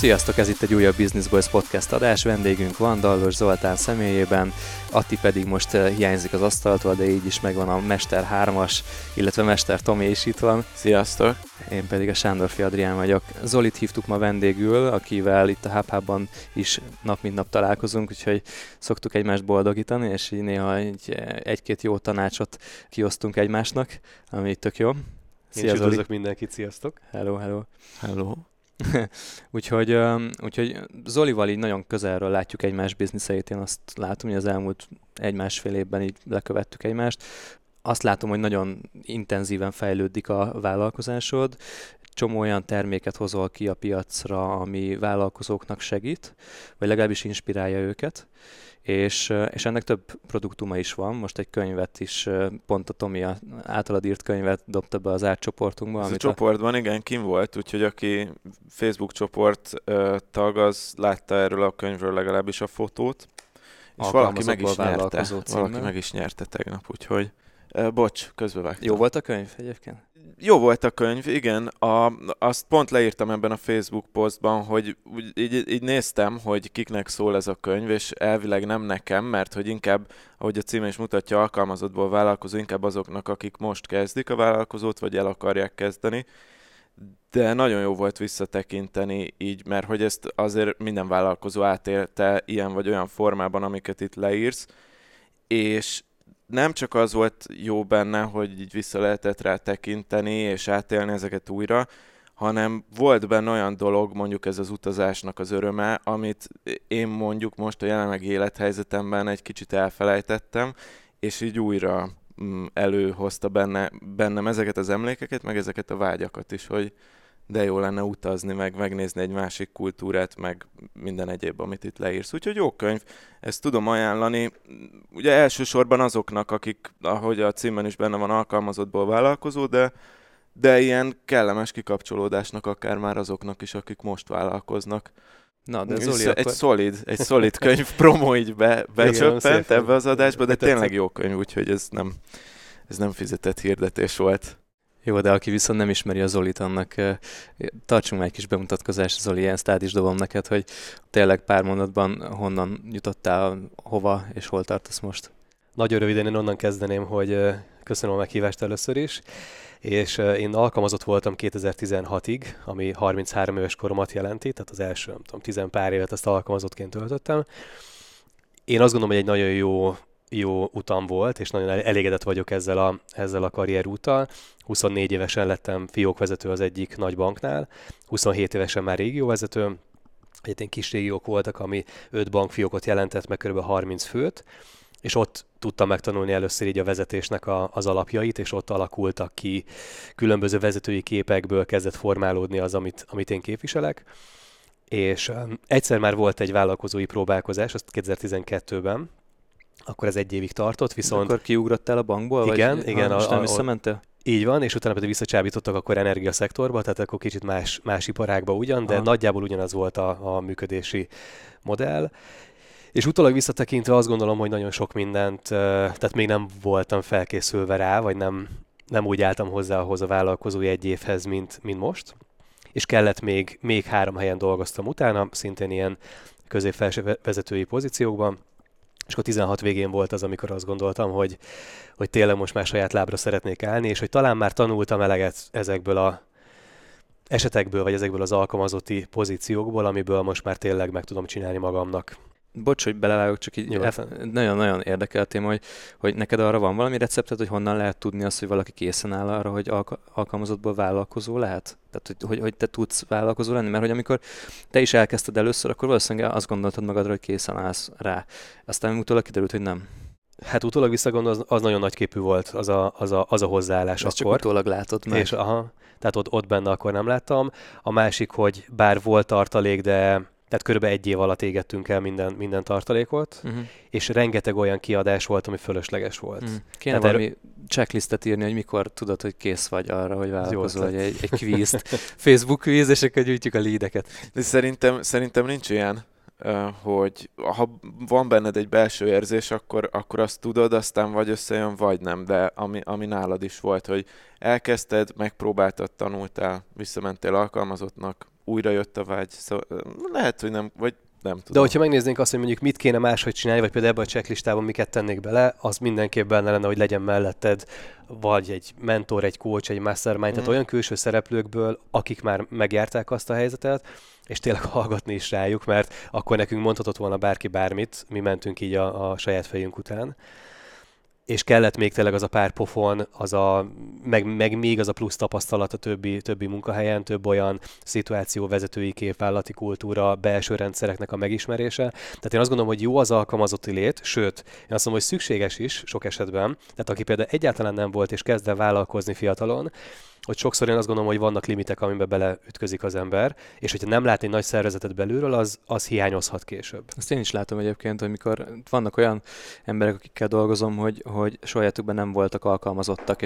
Sziasztok, ez itt egy újabb Business Boys podcast adás, vendégünk van Dallos Zoltán személyében, Atti pedig most hiányzik az asztaltól, de így is megvan a Mester 3-as, illetve Mester Tomi is itt van. Sziasztok! Én pedig a Sándorfi Adrián vagyok. Zolit hívtuk ma vendégül, akivel itt a Hub-ban is nap mint nap találkozunk, úgyhogy szoktuk egymást boldogítani, és így néha egy-két jó tanácsot kiosztunk egymásnak, ami tök jó. Szia, én üdvözlök mindenkit, sziasztok! Hello! úgyhogy Zolival így nagyon közelről látjuk egymás bizniszeit, én azt látom, hogy az elmúlt 1-1,5 évben így lekövettük egymást. Azt látom, hogy nagyon intenzíven fejlődik a vállalkozásod, csomó olyan terméket hozol ki a piacra, ami vállalkozóknak segít, vagy legalábbis inspirálja őket, és ennek több produktuma is van. Most egy könyvet is, pont a Tomi általad írt könyvet dobta be az átcsoportunkba. Ez a csoportban igen, kim volt, úgyhogy aki Facebook csoport tag, az látta erről a könyvről legalábbis a fotót, és valaki meg is nyerte tegnap, úgyhogy bocs, közbevágtam. Jó volt a könyv egyébként? Jó volt a könyv, igen. Azt pont leírtam ebben a Facebook posztban, hogy így néztem, hogy kiknek szól ez a könyv, és elvileg nem nekem, mert hogy inkább, ahogy a címe is mutatja, alkalmazottból vállalkozó, inkább azoknak, akik most kezdik a vállalkozót, vagy el akarják kezdeni. De nagyon jó volt visszatekinteni így, mert hogy ezt azért minden vállalkozó átélte ilyen vagy olyan formában, amiket itt leírsz, és nem csak az volt jó benne, hogy így vissza lehetett rá tekinteni és átélni ezeket újra, hanem volt benne olyan dolog, mondjuk ez az utazásnak az öröme, amit én mondjuk most a jelenlegi élethelyzetemben egy kicsit elfelejtettem, és így újra előhozta bennem ezeket az emlékeket, meg ezeket a vágyakat is, hogy de jó lenne utazni, meg megnézni egy másik kultúrát, meg minden egyéb, amit itt leírsz. Úgyhogy jó könyv, ezt tudom ajánlani. Ugye elsősorban azoknak, akik, ahogy a címben is benne van, alkalmazottból vállalkozó, de ilyen kellemes kikapcsolódásnak akár már azoknak is, akik most vállalkoznak. Na, de Zoli, egy szolid könyv promo így becsöppent ebbe az adásba, de tényleg jó könyv, úgyhogy ez nem fizetett hirdetés volt. Jó, de aki viszont nem ismeri a Zolit, annak tartsunk már egy kis bemutatkozást. Zoli, ezt át is dobom neked, hogy tényleg pár mondatban honnan jutottál, hova és hol tartasz most? Nagyon röviden én onnan kezdeném, hogy köszönöm a meghívást először is, és én alkalmazott voltam 2016-ig, ami 33 éves koromat jelenti, tehát az első, nem tudom, 10 pár évet ezt alkalmazottként töltöttem. Én azt gondolom, hogy egy nagyon jó utam volt, és nagyon elégedett vagyok ezzel a karrierúttal. 24 évesen lettem fiókvezető az egyik nagy banknál, 27 évesen már régióvezető. Egyébként kis régiók voltak, ami 5 bankfiókot jelentett, meg kb. 30 főt, és ott tudtam megtanulni először így a vezetésnek az alapjait, és ott alakultak ki különböző vezetői képekből kezdett formálódni az, amit én képviselek. És egyszer már volt egy vállalkozói próbálkozás, azt 2012-ben, akkor ez 1 évig tartott, viszont... Akkor kiugrottál a bankból? Igen. És nem visszamentél? Így van, és utána pedig visszacsábítottak akkor energiaszektorba, tehát akkor kicsit más iparágba ugyan, de nagyjából ugyanaz volt a működési modell. És utólag visszatekintve azt gondolom, hogy nagyon sok mindent, tehát még nem voltam felkészülve rá, vagy nem úgy álltam hozzá ahhoz a vállalkozói 1 évhez, mint most. És kellett még 3 helyen dolgoztam utána, szintén ilyen középfelső vezetői pozíciókban. És akkor 16 végén volt az, amikor azt gondoltam, hogy tényleg most már saját lábra szeretnék állni, és hogy talán már tanultam eleget ezekből az esetekből, vagy ezekből az alkalmazotti pozíciókból, amiből most már tényleg meg tudom csinálni magamnak. Bocs, hogy belevágok, csak így nagyon-nagyon érdekel a téma, hogy neked arra van valami recepted, hogy honnan lehet tudni azt, hogy valaki készen áll arra, hogy alkalmazottból vállalkozó lehet? Tehát, hogy te tudsz vállalkozó lenni? Mert hogy amikor te is elkezdted először, akkor valószínűleg azt gondoltad magadra, hogy készen állsz rá. Aztán utólag kiderült, hogy nem. Hát utólag visszagondolva az nagyon nagyképű volt az a hozzáállás ezt akkor. Csak utólag látod meg. És tehát ott benne akkor nem láttam. A másik, hogy bár volt tartalék, tehát körülbelül 1 év alatt égettünk el minden tartalékot, és rengeteg olyan kiadás volt, ami fölösleges volt. Kéne valami checklistet írni, hogy mikor tudod, hogy kész vagy arra, hogy vállalkozol, hogy egy kvízt, Facebook kvíz, és akkor gyűjtjük a leadeket. De szerintem nincs ilyen, hogy ha van benned egy belső érzés, akkor azt tudod, aztán vagy összejön, vagy nem, de ami nálad is volt, hogy elkezdted, megpróbáltad, tanultál, visszamentél alkalmazottnak, újra jött a vágy. Szóval lehet, hogy nem, vagy nem tudom. De hogyha megnéznénk azt, hogy mondjuk mit kéne máshogy csinálni, vagy például ebben a checklistában miket tennék bele, az mindenképp benne lenne, hogy legyen melletted vagy egy mentor, egy coach, egy mastermind, tehát olyan külső szereplőkből, akik már megjárták azt a helyzetet, és tényleg hallgatni is rájuk, mert akkor nekünk mondhatott volna bárki bármit, mi mentünk így a saját fejünk után. És kellett még tényleg az a pár pofon, meg még az a plusz tapasztalat a többi munkahelyen, több olyan szituáció, vezetői kép, vállalati kultúra, belső rendszereknek a megismerése. Tehát én azt gondolom, hogy jó az alkalmazotti lét, sőt, én azt mondom, hogy szükséges is sok esetben. Tehát aki például egyáltalán nem volt és kezd el vállalkozni fiatalon, hogy sokszor én azt gondolom, hogy vannak limitek, amiben beleütközik az ember, és hogyha nem lát egy nagy szervezetet belülről, az hiányozhat később. Azt én is látom egyébként, hogy mikor vannak olyan emberek, akikkel dolgozom, hogy sajátukban nem voltak alkalmazottak,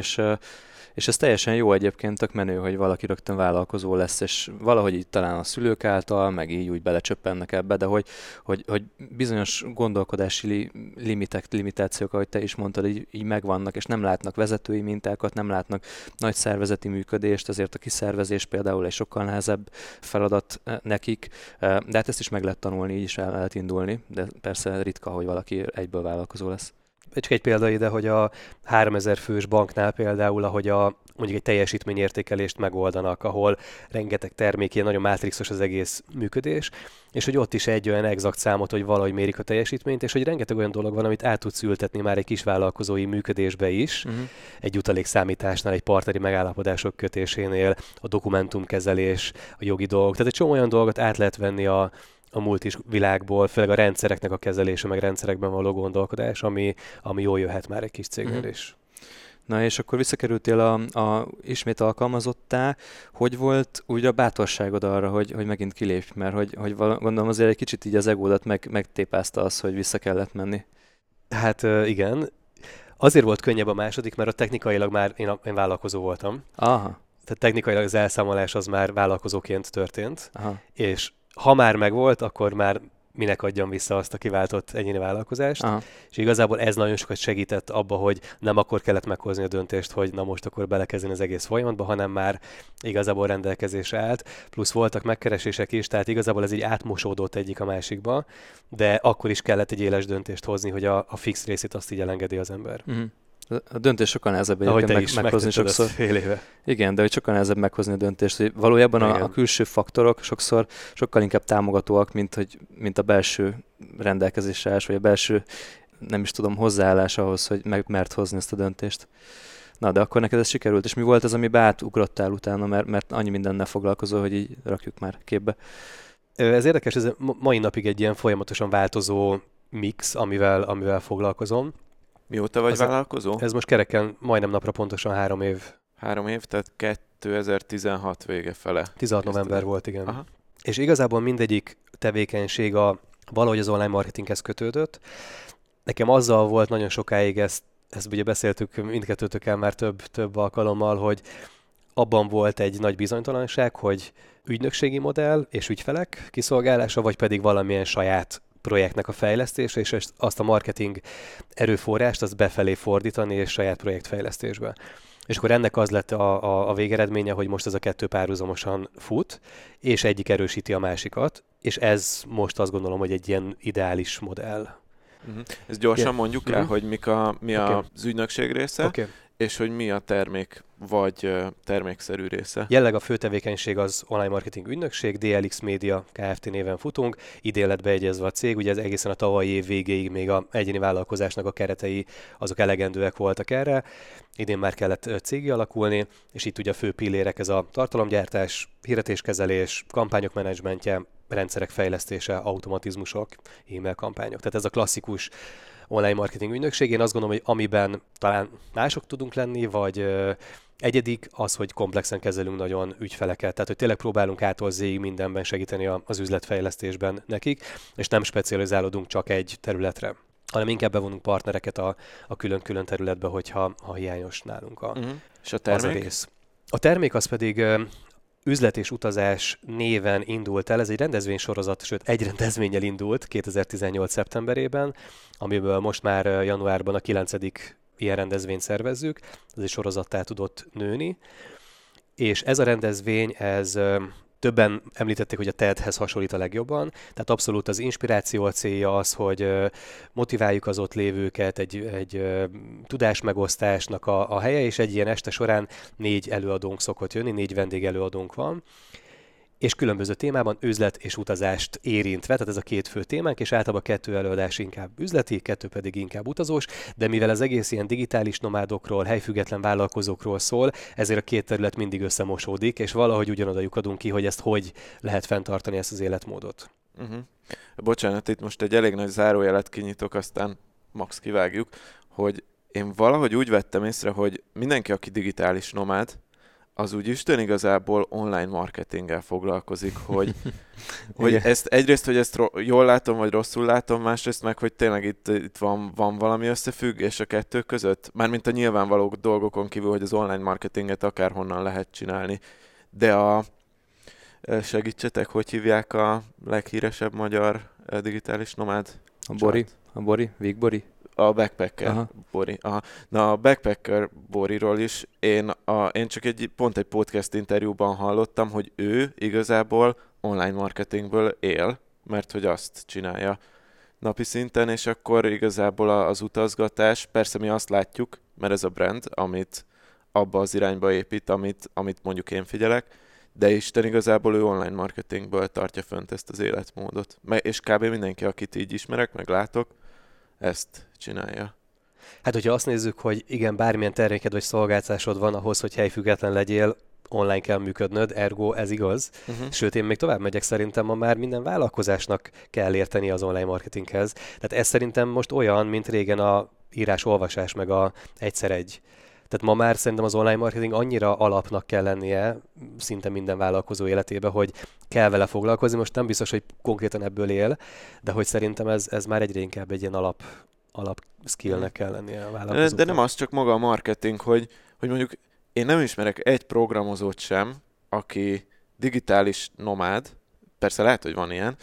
és ez teljesen jó egyébként, tök menő, hogy valaki rögtön vállalkozó lesz, és valahogy így talán a szülők által, meg így úgy belecsöppennek ebbe, de hogy bizonyos gondolkodási limitációk, ahogy te is mondtad, így megvannak, és nem látnak vezetői mintákat, nem látnak nagy szervezeti működést, ezért a kiszervezés például egy sokkal nehezebb feladat nekik, de hát ezt is meg lehet tanulni, így is el lehet indulni, de persze ritka, hogy valaki egyből vállalkozó lesz. Csak egy példa ide, hogy a 3000 fős banknál például, ahogy mondjuk egy teljesítményértékelést megoldanak, ahol rengeteg termék, ilyen nagyon mátrixos az egész működés, és hogy ott is egy olyan exakt számot, hogy valahogy mérik a teljesítményt, és hogy rengeteg olyan dolog van, amit át tudsz ültetni már egy kis vállalkozói működésbe is, egy jutalékszámításnál, egy partneri megállapodások kötésénél, a dokumentumkezelés, a jogi dolgok. Tehát egy csomó olyan dolgot át lehet venni a multis világból, főleg a rendszereknek a kezelése, meg rendszerekben való gondolkodás, ami jól jöhet már egy kis cégnél is. Na és akkor visszakerültél ismét alkalmazottá. Hogy volt úgy a bátorságod arra, hogy megint kilépj? Mert hogy gondolom azért egy kicsit így az egódat megtépázta az, hogy vissza kellett menni. Hát igen. Azért volt könnyebb a második, mert technikailag már én vállalkozó voltam. Aha. Tehát technikailag az elszámolás az már vállalkozóként történt. Aha. És ha már megvolt, akkor már minek adjam vissza azt a kiváltott egyéni vállalkozást. Aha. És igazából ez nagyon sokat segített abba, hogy nem akkor kellett meghozni a döntést, hogy na most akkor belekezdeni az egész folyamatba, hanem már igazából rendelkezésre állt. Plusz voltak megkeresések is, tehát igazából ez így átmosódott egyik a másikba, de akkor is kellett egy éles döntést hozni, hogy a fix részét azt így elengedi az ember. A döntés sokkal nehezebb egyébként meghozni sokszor. Fél éve. Igen, de hogy sokkal nehezebb meghozni a döntést, hogy valójában a külső faktorok sokkal inkább támogatóak, mint a belső rendelkezésre, vagy a belső, nem is tudom, hozzáállás ahhoz, hogy meg mert hozni ezt a döntést. Na, de akkor neked ez sikerült, és mi volt az, amiben átugrottál utána, mert annyi mindennel foglalkozol, hogy így rakjuk már képbe. Ez érdekes, ez mai napig egy ilyen folyamatosan változó mix, amivel foglalkozom. Mióta vagy vállalkozó? Ez most kereken majdnem napra pontosan 3 év. 3 év, tehát 2016 vége fele. 16 november volt, igen. Aha. És igazából mindegyik tevékenység valahogy az online marketinghez kötődött. Nekem azzal volt nagyon sokáig, ezt ugye beszéltük mindkettőtökkel már több alkalommal, hogy abban volt egy nagy bizonytalanság, hogy ügynökségi modell és ügyfelek kiszolgálása, vagy pedig valamilyen saját projektnek a fejlesztése, és azt a marketing erőforrást azt befelé fordítani, és saját projektfejlesztésbe. És akkor ennek az lett a végeredménye, hogy most ez a kettő párhuzamosan fut, és egyik erősíti a másikat, és ez most azt gondolom, hogy egy ilyen ideális modell. Ezt gyorsan mondjuk el, hogy mi az ügynökség része, és hogy mi a termék vagy termékszerű része. Jelenleg a fő tevékenység az online marketing ügynökség, DLX Media Kft. Néven futunk, idén lett beegyezve a cég, ugye ez egészen a tavalyi év végéig még a egyéni vállalkozásnak a keretei azok elegendőek voltak erre. Idén már kellett cégi alakulni, és itt ugye a fő pillérek ez a tartalomgyártás, hirdetéskezelés, kampányok menedzsmentje, rendszerek fejlesztése, automatizmusok, e-mail kampányok. Tehát ez a klasszikus online marketing ügynökség. Én azt gondolom, hogy amiben talán mások tudunk lenni, vagy egyedik az, hogy komplexen kezelünk nagyon ügyfeleket. Tehát, hogy tényleg próbálunk ától zéig mindenben segíteni az üzletfejlesztésben nekik, és nem specializálódunk csak egy területre, hanem inkább bevonunk partnereket a külön-külön területbe, hogyha hiányos nálunk És a termék? az a rész. A termék az pedig üzlet és utazás néven indult el. Ez egy rendezvénysorozat, sőt egy rendezvénnyel indult 2018. szeptemberében, amiből most már januárban a 9. ilyen rendezvényt szervezzük. Ez egy sorozattá tudott nőni. És ez a rendezvény, ez többen említették, hogy a TED-hez hasonlít a legjobban, tehát abszolút az inspiráció a célja az, hogy motiváljuk az ott lévőket, egy tudásmegosztásnak a helye, és egy ilyen este során 4 előadónk szokott jönni, 4 vendégelőadónk van, és különböző témában üzlet és utazást érintve, tehát ez a 2 fő témánk, és általában 2 előadás inkább üzleti, 2 pedig inkább utazós, de mivel az egész ilyen digitális nomádokról, helyfüggetlen vállalkozókról szól, ezért a 2 terület mindig összemosódik, és valahogy ugyanoda lyukadunk ki, hogy ezt hogy lehet fenntartani, ezt az életmódot. Bocsánat, itt most egy elég nagy zárójelet kinyitok, aztán max kivágjuk, hogy én valahogy úgy vettem észre, hogy mindenki, aki digitális nomád, az úgy Isten igazából online marketinggel foglalkozik, hogy ezt egyrészt, hogy ezt jól látom, vagy rosszul látom, másrészt meg, hogy tényleg itt van valami összefüggés a 2 között. Mármint a nyilvánvaló dolgokon kívül, hogy az online marketinget akárhonnan lehet csinálni. De segítsetek, hogy hívják a leghíresebb magyar digitális nomád? A Bori, Vígbori? A Backpacker Bori. Aha. Na, a Backpacker Boriról is én csak pont egy podcast interjúban hallottam, hogy ő igazából online marketingből él, mert hogy azt csinálja napi szinten, és akkor igazából az utazgatás, persze mi azt látjuk, mert ez a brand, amit abba az irányba épít, amit mondjuk én figyelek, de Isten igazából ő online marketingből tartja fönt ezt az életmódot. És kb. Mindenki, akit így ismerek, meg látok, ezt csinálja. Hát, hogyha azt nézzük, hogy igen, bármilyen terméked vagy szolgáltatásod van ahhoz, hogy helyfüggetlen legyél, online kell működnöd, ergo ez igaz. Sőt, én még tovább megyek, szerintem ma már minden vállalkozásnak kell érteni az online marketinghez. Tehát ez szerintem most olyan, mint régen a írás-olvasás, meg a egyszer egy. Tehát ma már szerintem az online marketing annyira alapnak kell lennie szinte minden vállalkozó életében, hogy kell vele foglalkozni. Most nem biztos, hogy konkrétan ebből él, de hogy szerintem ez már egyre inkább egy ilyen alap skillnek kell lennie a vállalkozóknak. De nem az csak maga a marketing, hogy mondjuk én nem ismerek egy programozót sem, aki digitális nomád, persze lehet, hogy van ilyen,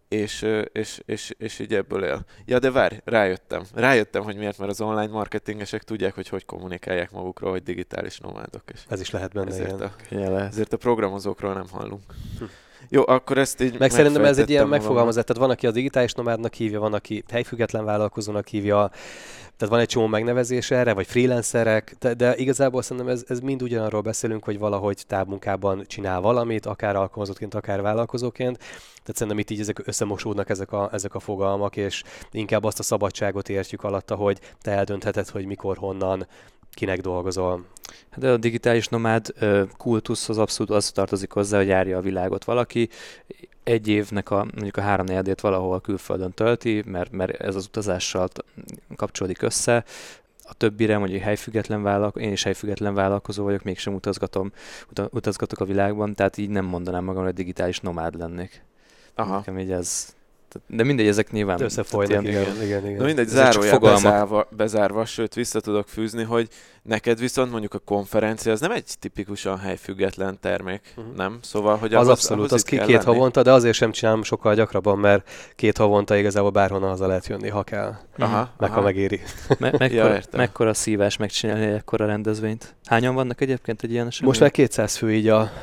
és így ebből él. Ja, de várj, rájöttem, hogy miért, mert az online marketingesek tudják, hogy kommunikálják magukról, hogy digitális nomádok. És ez is lehet benne, ezért a programozókról nem hallunk. Jó, akkor ezt így meg szerintem ez egy ilyen megfogalmazás, tehát van, aki a digitális nomádnak hívja, van, aki helyfüggetlen vállalkozónak hívja, tehát van egy csomó megnevezés erre, vagy freelancerek, de igazából szerintem ez mind ugyanarról beszélünk, hogy valahogy távmunkában csinál valamit, akár alkalmazottként, akár vállalkozóként. Tehát szerintem itt így ezek összemosódnak ezek a fogalmak, és inkább azt a szabadságot értjük alatta, hogy te eldöntheted, hogy mikor, honnan, kinek dolgozol. De a digitális nomád kultuszhoz abszolút az tartozik hozzá, hogy járja a világot valaki. Egy évnek mondjuk a 3/4-ét valahol külföldön tölti, mert ez az utazással kapcsolódik össze. A többire mondjuk én is helyfüggetlen vállalkozó vagyok, mégsem utazgatok a világban, tehát így nem mondanám magam, hogy digitális nomád lennék. Aha. Nekem így ez... De mindegy, ezek nyilván... Összefolynak, igen. Na mindegy, zárójel bezárva, sőt vissza tudok fűzni, hogy neked viszont mondjuk a konferencia, az nem egy tipikusan helyfüggetlen termék, nem? Szóval, hogy az abszolút, az két havonta, de azért sem csinálom sokkal gyakrabban, mert 2 havonta igazából bárhonnan haza lehet jönni, ha kell. Ha megéri. Mekkora szívás megcsinálni egy ekkora rendezvényt? Hányan vannak egyébként egy ilyen esemény? Most már 200 fő így a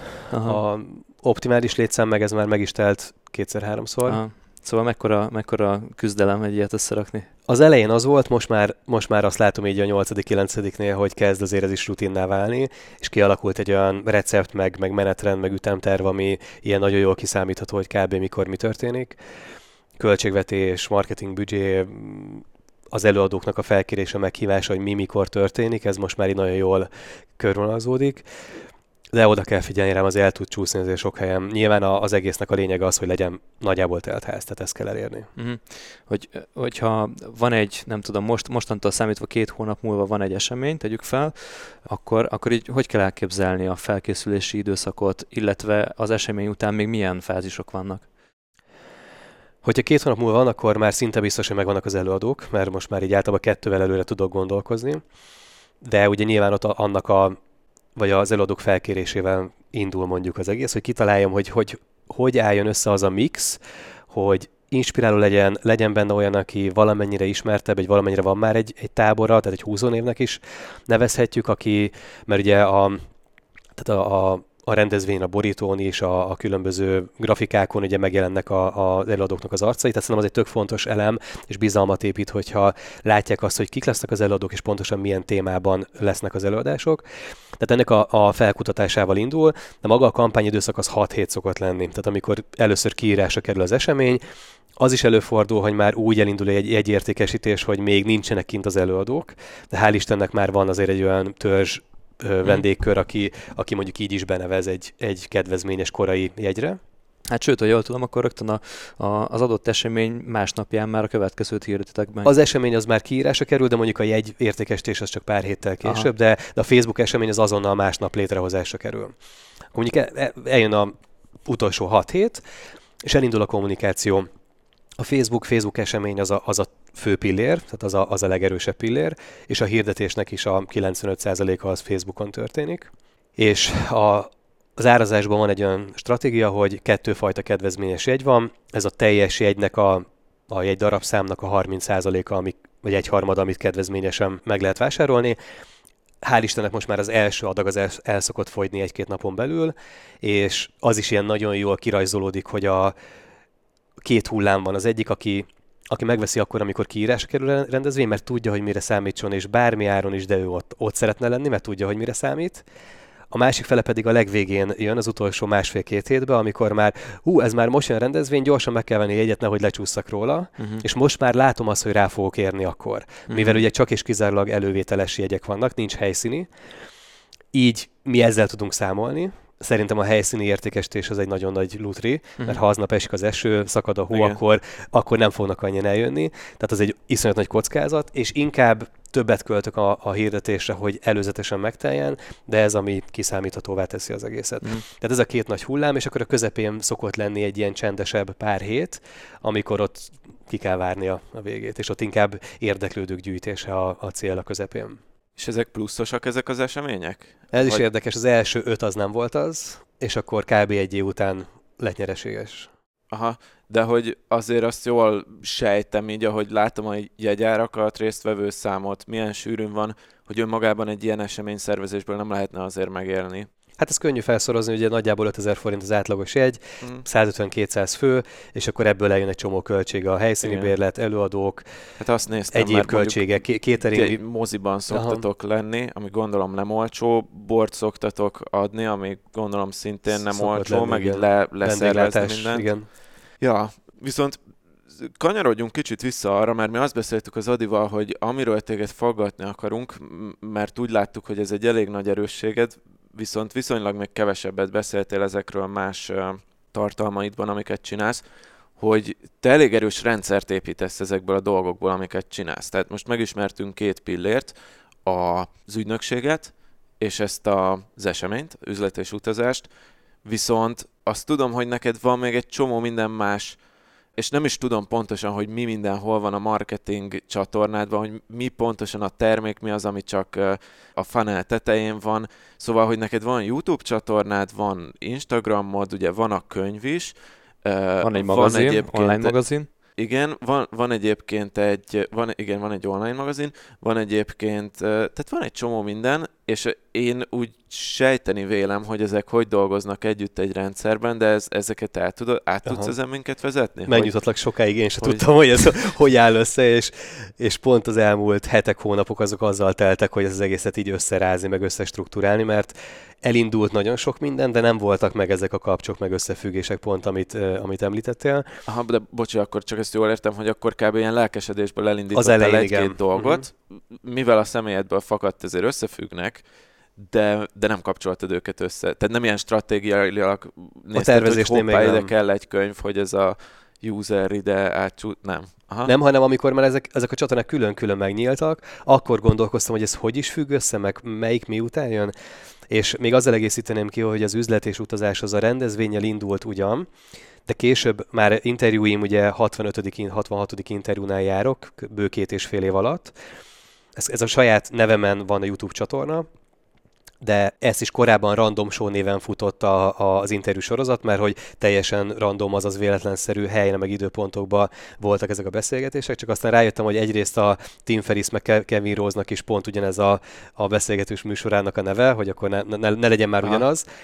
optimális létszám, meg ez már meg is telt 2-3-szor. Aha. Szóval mekkora küzdelem egy ilyet összerakni? Az elején az volt, most már azt látom így a 8.-9-nél, hogy kezd azért ez is rutinná válni, és kialakult egy olyan recept, meg menetrend, meg ütemterv, ami ilyen nagyon jól kiszámítható, hogy kb. Mikor mi történik. Költségvetés, marketing büdzsé, az előadóknak a felkérése, meghívása, hogy mi mikor történik, ez most már így nagyon jól körvonalazódik. De oda kell figyelni rám, azért el tud csúszni azért sok helyen. Nyilván az egésznek a lényege az, hogy legyen nagyjából telt ház, tehát ezt kell elérni. Hogyha van egy, nem tudom, mostantól számítva 2 hónap múlva van egy esemény, tegyük fel, akkor így hogy kell elképzelni a felkészülési időszakot, illetve az esemény után még milyen fázisok vannak? Hogyha 2 hónap múlva van, akkor már szinte biztos, hogy megvannak az előadók, mert most már így általában 2-vel előre tudok gondolkozni. De ugye nyilván ott vagy az előadók felkérésével indul mondjuk az egész, hogy kitaláljam, hogy álljon össze az a mix, hogy inspiráló legyen benne olyan, aki valamennyire ismertebb, valamennyire van már egy tábora, tehát egy húzónévnek is nevezhetjük, mert ugye a rendezvény, a borítón és a különböző grafikákon ugye megjelennek az előadóknak az arcai, tehát szerintem az egy tök fontos elem, és bizalmat épít, hogyha látják azt, hogy kik lesznek az előadók, és pontosan milyen témában lesznek az előadások. Tehát ennek a felkutatásával indul, de maga a kampányidőszak az 6 hét szokott lenni. Tehát amikor először kiírásra kerül az esemény, az is előfordul, hogy már úgy elindul egy értékesítés, hogy még nincsenek kint az előadók, de hál' Istennek már van azért egy olyan törzs vendégkör, aki mondjuk így is benevez egy kedvezményes korai jegyre. Hát sőt, ha jól tudom, akkor rögtön az adott esemény másnapján már a következőt hirdetitek meg. Az esemény az már kiírásra kerül, de mondjuk a jegy értékesítés az csak pár héttel később, de a Facebook esemény az azonnal másnap létrehozásra kerül. Mondjuk eljön a utolsó 6 hét, és elindul a kommunikáció. A Facebook esemény az a fő pillér, tehát az a legerősebb pillér, és a hirdetésnek is a 95%-a az Facebookon történik. És az árazásban van egy olyan stratégia, hogy 2 fajta kedvezményes jegy van. Ez a teljes jegynek a jegy darabszámnak a 30%-a, vagy 1/3, amit kedvezményesen meg lehet vásárolni. Hál' Istennek most már az első adag az el szokott fogyni 1-2 napon belül, és az is ilyen nagyon jól kirajzolódik, hogy a 2 hullám van. Az egyik, aki megveszi akkor, amikor kiírásra kerül a rendezvény, mert tudja, hogy mire számítson, és bármi áron is, de ő ott szeretne lenni, mert tudja, hogy mire számít. A másik fele pedig a legvégén jön, az utolsó 1,5-2 hétben, amikor már, ez már most jön rendezvény, gyorsan meg kell venni jegyet, nehogy lecsúszszak róla, és most már látom azt, hogy rá fogok érni akkor. Mivel ugye csak és kizárólag elővételes jegyek vannak, nincs helyszíni, így mi ezzel tudunk számolni. Szerintem a helyszíni értékesítés az egy nagyon nagy lutri, mert ha aznap esik az eső, szakad a hó, akkor nem fognak annyian eljönni. Tehát az egy iszonyat nagy kockázat, és inkább többet költök a hirdetésre, hogy előzetesen megteljen, de ez, ami kiszámíthatóvá teszi az egészet. Tehát ez a 2 nagy hullám, és akkor a közepén szokott lenni egy ilyen csendesebb pár hét, amikor ott ki kell várni a végét, és ott inkább érdeklődők gyűjtése a cél a közepén. És ezek pluszosak, ezek az események? Ez is érdekes, az első 5 az nem volt az, és akkor kb. 1 év után lett nyereséges. Aha, de hogy azért azt jól sejtem így, ahogy látom a jegyárakat, résztvevő számot, milyen sűrűn van, hogy önmagában egy ilyen esemény szervezésből nem lehetne azért megélni. Hát ez könnyű felszorozni, ugye nagyjából 5000 forint az átlagos jegy, 150-200 fő, és akkor ebből eljön egy csomó költsége, a helyszíni bérlet, előadók, hát azt néztem, egyéb költségek, catering. Moziban szoktatok lenni, ami gondolom nem olcsó, bort szoktatok adni, ami gondolom szintén nem olcsó, lenni, meg így leszervezni mindent. Igen. Ja, viszont kanyarodjunk kicsit vissza arra, mert mi azt beszéltük az Adival, hogy amiről téged faggatni akarunk, mert úgy láttuk, hogy ez egy elég nagy erősséged, viszont viszonylag még kevesebbet beszéltél ezekről más tartalmaidban, amiket csinálsz, hogy te elég erős rendszert építesz ezekből a dolgokból, amiket csinálsz. Tehát most megismertünk 2 pillért, az ügynökséget és ezt az eseményt, üzlet és utazást, viszont azt tudom, hogy neked van még egy csomó minden más, és nem is tudom pontosan, hogy mi mindenhol van a marketing csatornádban, hogy mi pontosan a termék, mi az, ami csak a funnel tetején van. Szóval, hogy neked van YouTube csatornád, van Instagramod, ugye van a könyv is. Van egy magazin, online magazin. Igen, van egyébként van egy online magazin, van egyébként, tehát van egy csomó minden, és én úgy sejteni vélem, hogy ezek hogy dolgoznak együtt egy rendszerben, de ezeket át tudsz ezen minket vezetni? Megnyugtatlak sokáig, én sem tudtam, hogy ez hogy áll össze, és pont az elmúlt hetek, hónapok azok azzal teltek, hogy ez az egészet így összerázni, meg összestruktúrálni, mert elindult nagyon sok minden, de nem voltak meg ezek a kapcsok, meg összefüggések pont, amit említettél. Aha, de bocsi, akkor csak ezt jól értem, hogy akkor kb. Ilyen lelkesedésből elindítottál egy-két dolgot, mivel a személyedből fakadt, ezért összefüggnek, de nem kapcsoltad őket össze. Tehát nem ilyen stratégiailag nézted, hogy hoppá, ide kell egy könyv, hogy ez a user ide átcsút, nem. Aha. Nem, hanem amikor már ezek a csatornák külön-külön megnyíltak, akkor gondolkoztam, hogy ez hogy is függ össze, meg melyik miután jön. És még azzal egészíteném ki, hogy az üzlet és utazás az a rendezvénnyel indult ugyan, de később már interjúim, ugye 66. interjúnál járok, bő 2,5 év alatt. Ez a saját nevemen van a YouTube csatorna, de ezt is korábban Random Show néven futott az interjú sorozat, mert hogy teljesen random, azaz véletlenszerű helyre meg időpontokban voltak ezek a beszélgetések, csak aztán rájöttem, hogy egyrészt a Tim Ferriss meg Kevin Rose-nak is pont ugyanez a beszélgetős műsorának a neve, hogy akkor ne legyen már ugyanaz.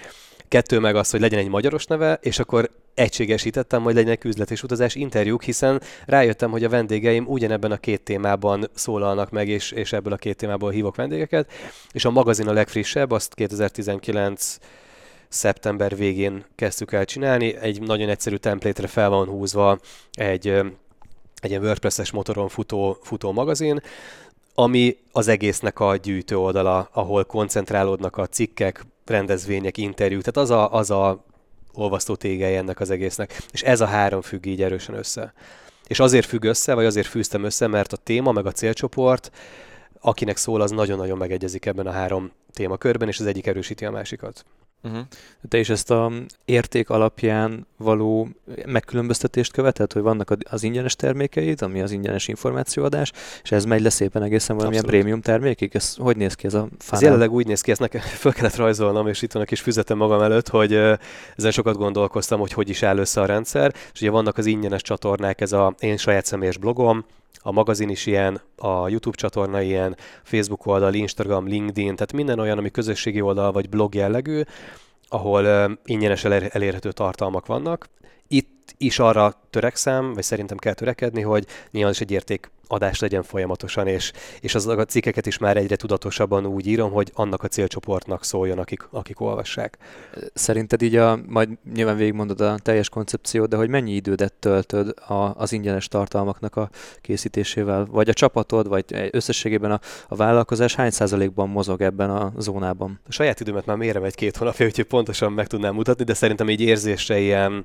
2 meg az, hogy legyen egy magyaros neve, és akkor egységesítettem, hogy legyenek üzlet és utazás interjúk, hiszen rájöttem, hogy a vendégeim ugyanebben a 2 témában szólalnak meg, és ebből a 2 témából hívok vendégeket, és a magazin a legfrissebb, azt 2019 szeptember végén kezdtük el csinálni, egy nagyon egyszerű templétre fel van húzva egy ilyen WordPress-es motoron futó magazin, ami az egésznek a gyűjtő oldala, ahol koncentrálódnak a cikkek, rendezvények, interjúk, tehát az a olvasztó tégely ennek az egésznek. És ez a 3 függ így erősen össze. És azért függ össze, vagy azért fűztem össze, mert a téma, meg a célcsoport, akinek szól, az nagyon-nagyon megegyezik ebben a 3 témakörben, és az egyik erősíti a másikat. Uh-huh. Te is ezt a érték alapján való megkülönböztetést követed, hogy vannak az ingyenes termékeid, ami az ingyenes információadás, és ez megy le szépen egészen valamilyen prémium termékig? Ez hogy néz ki ez a funnel? Ez jelenleg úgy néz ki, ezt nekem föl kellett rajzolnom, és itt van a kis füzetem magam előtt, hogy ezen sokat gondolkoztam, hogy is áll össze a rendszer, és ugye vannak az ingyenes csatornák, ez a én saját személyes blogom, a magazin is ilyen, a YouTube csatorna ilyen, Facebook oldal, Instagram, LinkedIn, tehát minden olyan, ami közösségi oldal vagy blog jellegű, ahol ingyenes elérhető tartalmak vannak. Itt is arra törekszem, vagy szerintem kell törekedni, hogy nyilván is egy értékadás legyen folyamatosan, és azok a cikkeket is már egyre tudatosabban úgy írom, hogy annak a célcsoportnak szóljon, akik olvassák. Szerinted így majd nyilván végigmondod a teljes koncepciót, de hogy mennyi idődet töltöd az ingyenes tartalmaknak a készítésével? Vagy a csapatod, vagy összességében a vállalkozás hány százalékban mozog ebben a zónában? A saját időmet már mérem 1-2 hónapja, úgyhogy pontosan meg tudnám mutatni, de szerintem így érzésre ilyen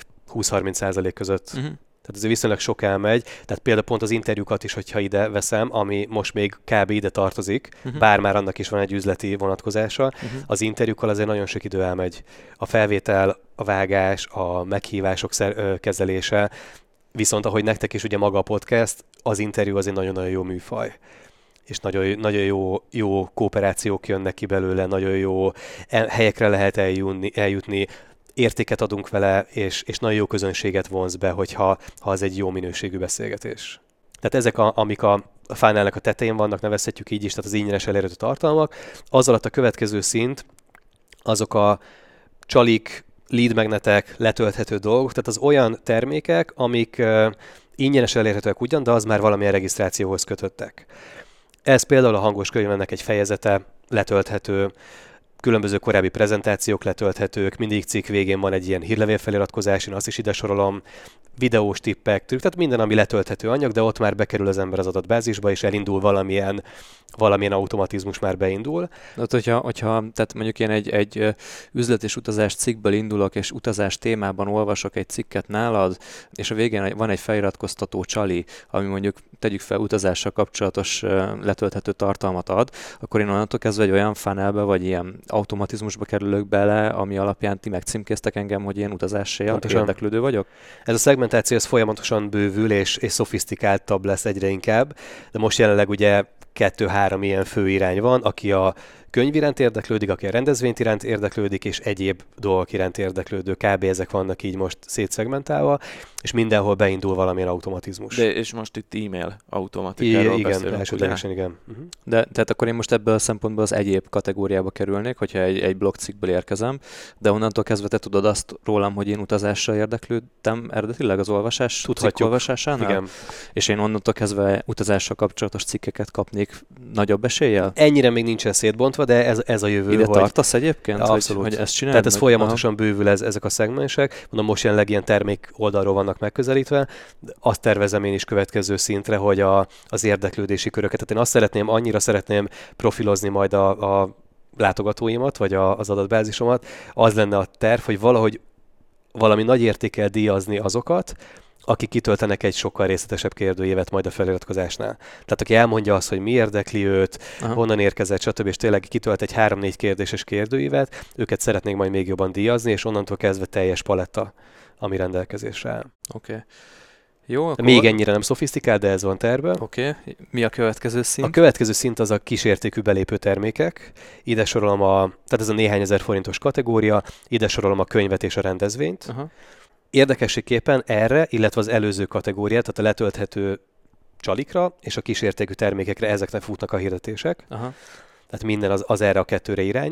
20-30% között. Uh-huh. Tehát ez viszonylag sok elmegy. Tehát például pont az interjúkat is, hogyha ide veszem, ami most még kb. Ide tartozik, bár már annak is van egy üzleti vonatkozása, az interjúkkal azért nagyon sok idő elmegy. A felvétel, a vágás, a meghívások kezelése, viszont ahogy nektek is ugye maga a podcast, az interjú az egy nagyon-nagyon jó műfaj. És nagyon jó kooperációk jönnek ki belőle, nagyon jó helyekre lehet eljutni, értéket adunk vele, és nagyon jó közönséget vonz be, ha az egy jó minőségű beszélgetés. Tehát ezek, amik a funnelnek a tetején vannak, nevezhetjük így is, tehát az ingyenes elérhető tartalmak. Az alatt a következő szint, azok a csalik, lead magnetek, letölthető dolgok, tehát az olyan termékek, amik ingyenes elérhetőek ugyan, de az már valamilyen regisztrációhoz kötöttek. Ez például a hangos könyvemnek egy fejezete, letölthető, különböző korábbi prezentációk letölthetők, mindig cikk végén van egy ilyen hírlevélfeliratkozás, én azt is ide sorolom, videós tippek, tehát minden, ami letölthető anyag, de ott már bekerül az ember az adatbázisba, és elindul valamilyen automatizmus már beindul. Hogyha tehát mondjuk én egy üzlet és utazás cikkből indulok, és utazás témában olvasok egy cikket nálad, és a végén van egy feliratkoztató csali, ami mondjuk tegyük fel utazással kapcsolatos letölthető tartalmat ad, akkor én onnantól kezdve egy olyan funnelbe, vagy ilyen automatizmusba kerülök bele, ami alapján ti megcímkéztek engem, hogy én utazással érdeklődő vagyok? Ez a szegmentáció ez folyamatosan bővül, és szofisztikáltabb lesz egyre inkább, de most jelenleg ugye 2-3 ilyen fő irány van, aki a könyv iránt érdeklődik, aki a rendezvényt iránt érdeklődik, és egyéb dolgok iránt érdeklődő. Kb. Ezek vannak így most szétszegmentálva, és mindenhol beindul valamilyen automatizmus. De és most itt e-mail automatikáról beszélünk. Igen, elsődlegesen igen. De tehát akkor én most ebből a szempontból az egyéb kategóriába kerülnék, hogyha egy blogcikkből érkezem, de onnantól kezdve te tudod azt rólam, hogy én utazással érdeklődtem eredetileg az cikk olvasásánál? Igen. És én onnantól kezdve utazással kapcsolatos cikkeket kapnék nagyobb eséllyel? Ennyire még nincsen szétbontva, de ez a jövő. Ide tartasz egyébként, abszolút. Hogy ezt csinálod? Tehát ez folyamatosan bővül ezek a szegmensek. Mondom, most jelenleg ilyen termék oldalról vannak megközelítve. Azt tervezem én is következő szintre, hogy az érdeklődési köröket. Tehát én annyira szeretném profilozni majd a látogatóimat, vagy az adatbázisomat. Az lenne a terv, hogy valahogy valami nagy értékkel díjazni azokat, akik kitöltenek egy sokkal részletesebb kérdőívet majd a feliratkozásnál. Tehát aki elmondja azt, hogy mi érdekli őt, honnan érkezett, stb. És tényleg kitölt egy 3-4 kérdéses kérdőívet, őket szeretnénk majd még jobban díjazni, és onnantól kezdve teljes paletta, ami rendelkezésre áll. Oké. Jó, akkor... Még ennyire nem szofisztikált, de ez van terve. Oké. Mi a következő szint? A következő szint az a kisértékű belépő termékek. Ide sorolom tehát ez a néhány ezer forintos kategória, ide sorolom a könyvet és a rendezvényt. Aha. Érdekességképpen erre, illetve az előző kategóriát, tehát a letölthető csalikra és a kísértékű termékekre ezeknek futnak a hirdetések. Aha. Tehát minden az erre a 2-re irányul.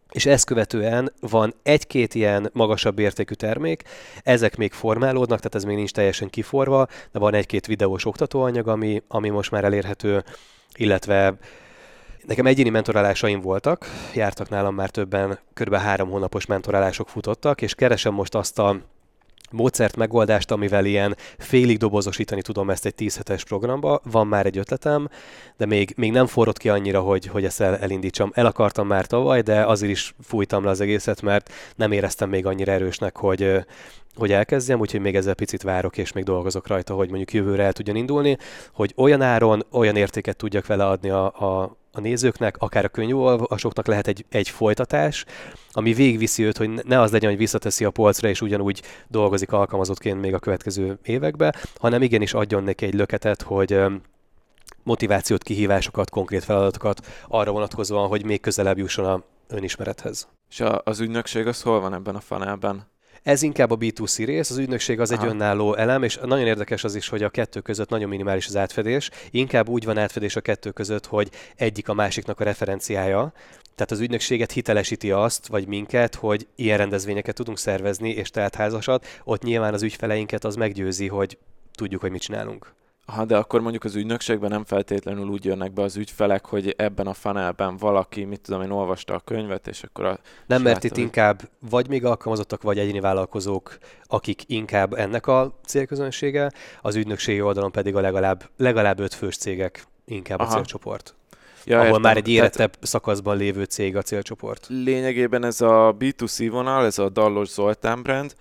és ezt követően van egy-két ilyen magasabb értékű termék, ezek még formálódnak, tehát ez még nincs teljesen kiforva, de van egy-két videós oktatóanyag, ami most már elérhető, illetve nekem egyéni mentorálásaim voltak, jártak nálam már többen, kb. 3 hónapos mentorálások futottak, és keresem most azt a módszert, megoldást, amivel ilyen félig dobozosítani tudom ezt egy 10 hetes programba. Van már egy ötletem, de még nem forrott ki annyira, hogy ezt elindítsam. El akartam már tavaly, de azért is fújtam le az egészet, mert nem éreztem még annyira erősnek, hogy elkezdjem, úgyhogy még ezzel picit várok, és még dolgozok rajta, hogy mondjuk jövőre el tudjon indulni, hogy olyan áron, olyan értéket tudjak vele adni a nézőknek, akár a könyvolvasóknak lehet egy folytatás, ami végigviszi őt, hogy ne az legyen, hogy visszateszi a polcra, és ugyanúgy dolgozik alkalmazottként még a következő években, hanem igenis adjon neki egy löketet, hogy motivációt, kihívásokat, konkrét feladatokat arra vonatkozóan, hogy még közelebb jusson a önismerethez. És az ügynökség az hol van ebben a funnelben? Ez inkább a B2C rész, az ügynökség az egy önálló elem, és nagyon érdekes az is, hogy a kettő között nagyon minimális az átfedés. Inkább úgy van átfedés a kettő között, hogy egyik a másiknak a referenciája. Tehát az ügynökséget hitelesíti azt, vagy minket, hogy ilyen rendezvényeket tudunk szervezni, és teltházasat. Ott nyilván az ügyfeleinket az meggyőzi, hogy tudjuk, hogy mit csinálunk. De akkor mondjuk az ügynökségben nem feltétlenül úgy jönnek be az ügyfelek, hogy ebben a funnelben valaki, mit tudom én, olvasta a könyvet, és akkor nem, mert itt inkább vagy még alkalmazottak, vagy egyéni vállalkozók, akik inkább ennek a célközönsége, az ügynökségi oldalon pedig a legalább 5 fős cégek inkább a célcsoport. Ja, ahol értem. Már egy érettebb szakaszban lévő cég a célcsoport. Lényegében ez a B2C vonal, ez a Dallos Zoltán brand,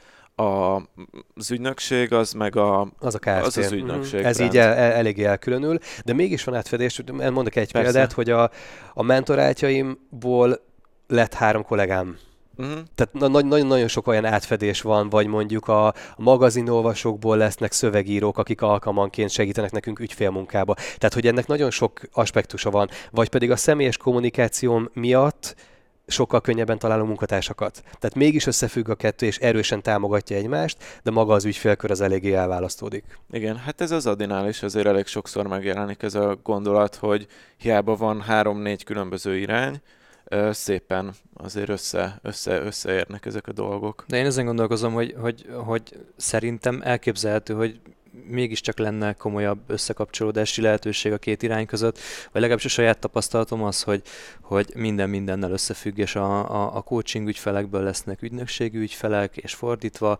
az ügynökség, az meg az az ügynökség. Ez így eléggé elkülönül, de mégis van átfedés. Mondok egy példát, hogy a mentorátjaimból lett 3 kollégám. Tehát nagyon-nagyon sok olyan átfedés van, vagy mondjuk a magazinolvasókból lesznek szövegírók, akik alkalmanként segítenek nekünk ügyfélmunkába. Tehát, hogy ennek nagyon sok aspektusa van, vagy pedig a személyes kommunikációm miatt sokkal könnyebben találunk munkatársakat. Tehát mégis összefügg a kettő, és erősen támogatja egymást, de maga az ügyfélkör az eléggé elválasztódik. Igen, hát ez az Adinál is azért elég sokszor megjelenik ez a gondolat, hogy hiába van 3-4 különböző irány, szépen azért összeérnek ezek a dolgok. De én ezen gondolkozom, hogy szerintem elképzelhető, hogy mégiscsak lenne komolyabb összekapcsolódási lehetőség a két irány között, vagy legalábbis a saját tapasztalatom az, hogy minden mindennel összefügg, és a coaching ügyfelekből lesznek ügynökségi ügyfelek, és fordítva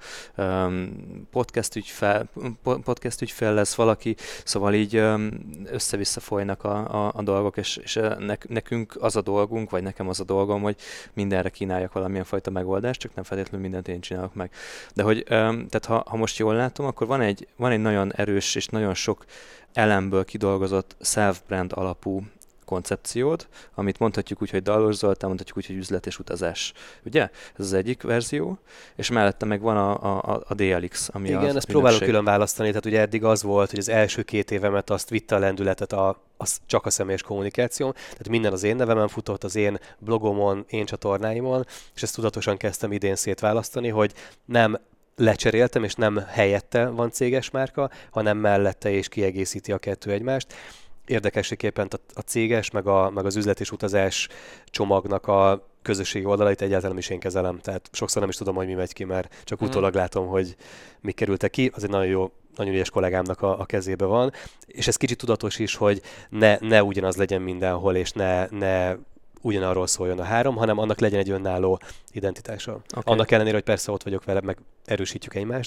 podcast ügyfel lesz valaki, szóval így össze-vissza folynak a dolgok, és nekünk az a dolgunk, vagy nekem az a dolgom, hogy mindenre kínáljak valamilyen fajta megoldást, csak nem feltétlenül mindent én csinálok meg. De hogy, tehát ha most jól látom, akkor van egy nagyon erős és nagyon sok elemből kidolgozott self-brand alapú koncepciód, amit mondhatjuk úgy, hogy Dallos Zoltán, mondhatjuk úgy, hogy üzlet és utazás. Ugye? Ez az egyik verzió, és mellette meg van a DLX, ami igen, az ezt próbálok külön választani, tehát ugye eddig az volt, hogy az első 2 évemet azt vitte a lendületet csak a személyes kommunikáció, tehát minden az én nevemen futott, az én blogomon, én csatornáimon, és ezt tudatosan kezdtem idén szétválasztani, hogy nem lecseréltem, és nem helyette van céges márka, hanem mellette és kiegészíti a kettő egymást. Érdekességképpen a céges, meg az üzlet és utazás csomagnak a közösségi oldalait egyáltalán nem is én kezelem. Tehát sokszor nem is tudom, hogy mi megy ki, mert csak utólag látom, hogy mi kerültek ki. Az egy nagyon jó, nagyon ügyes kollégámnak a kezébe van. És ez kicsit tudatos is, hogy ne ugyanaz legyen mindenhol, és ne ugyanarról szóljon a 3, hanem annak legyen egy önálló identitása. Okay. Annak ellenére, hogy persze ott vagyok vele, meg erősítjük egymást,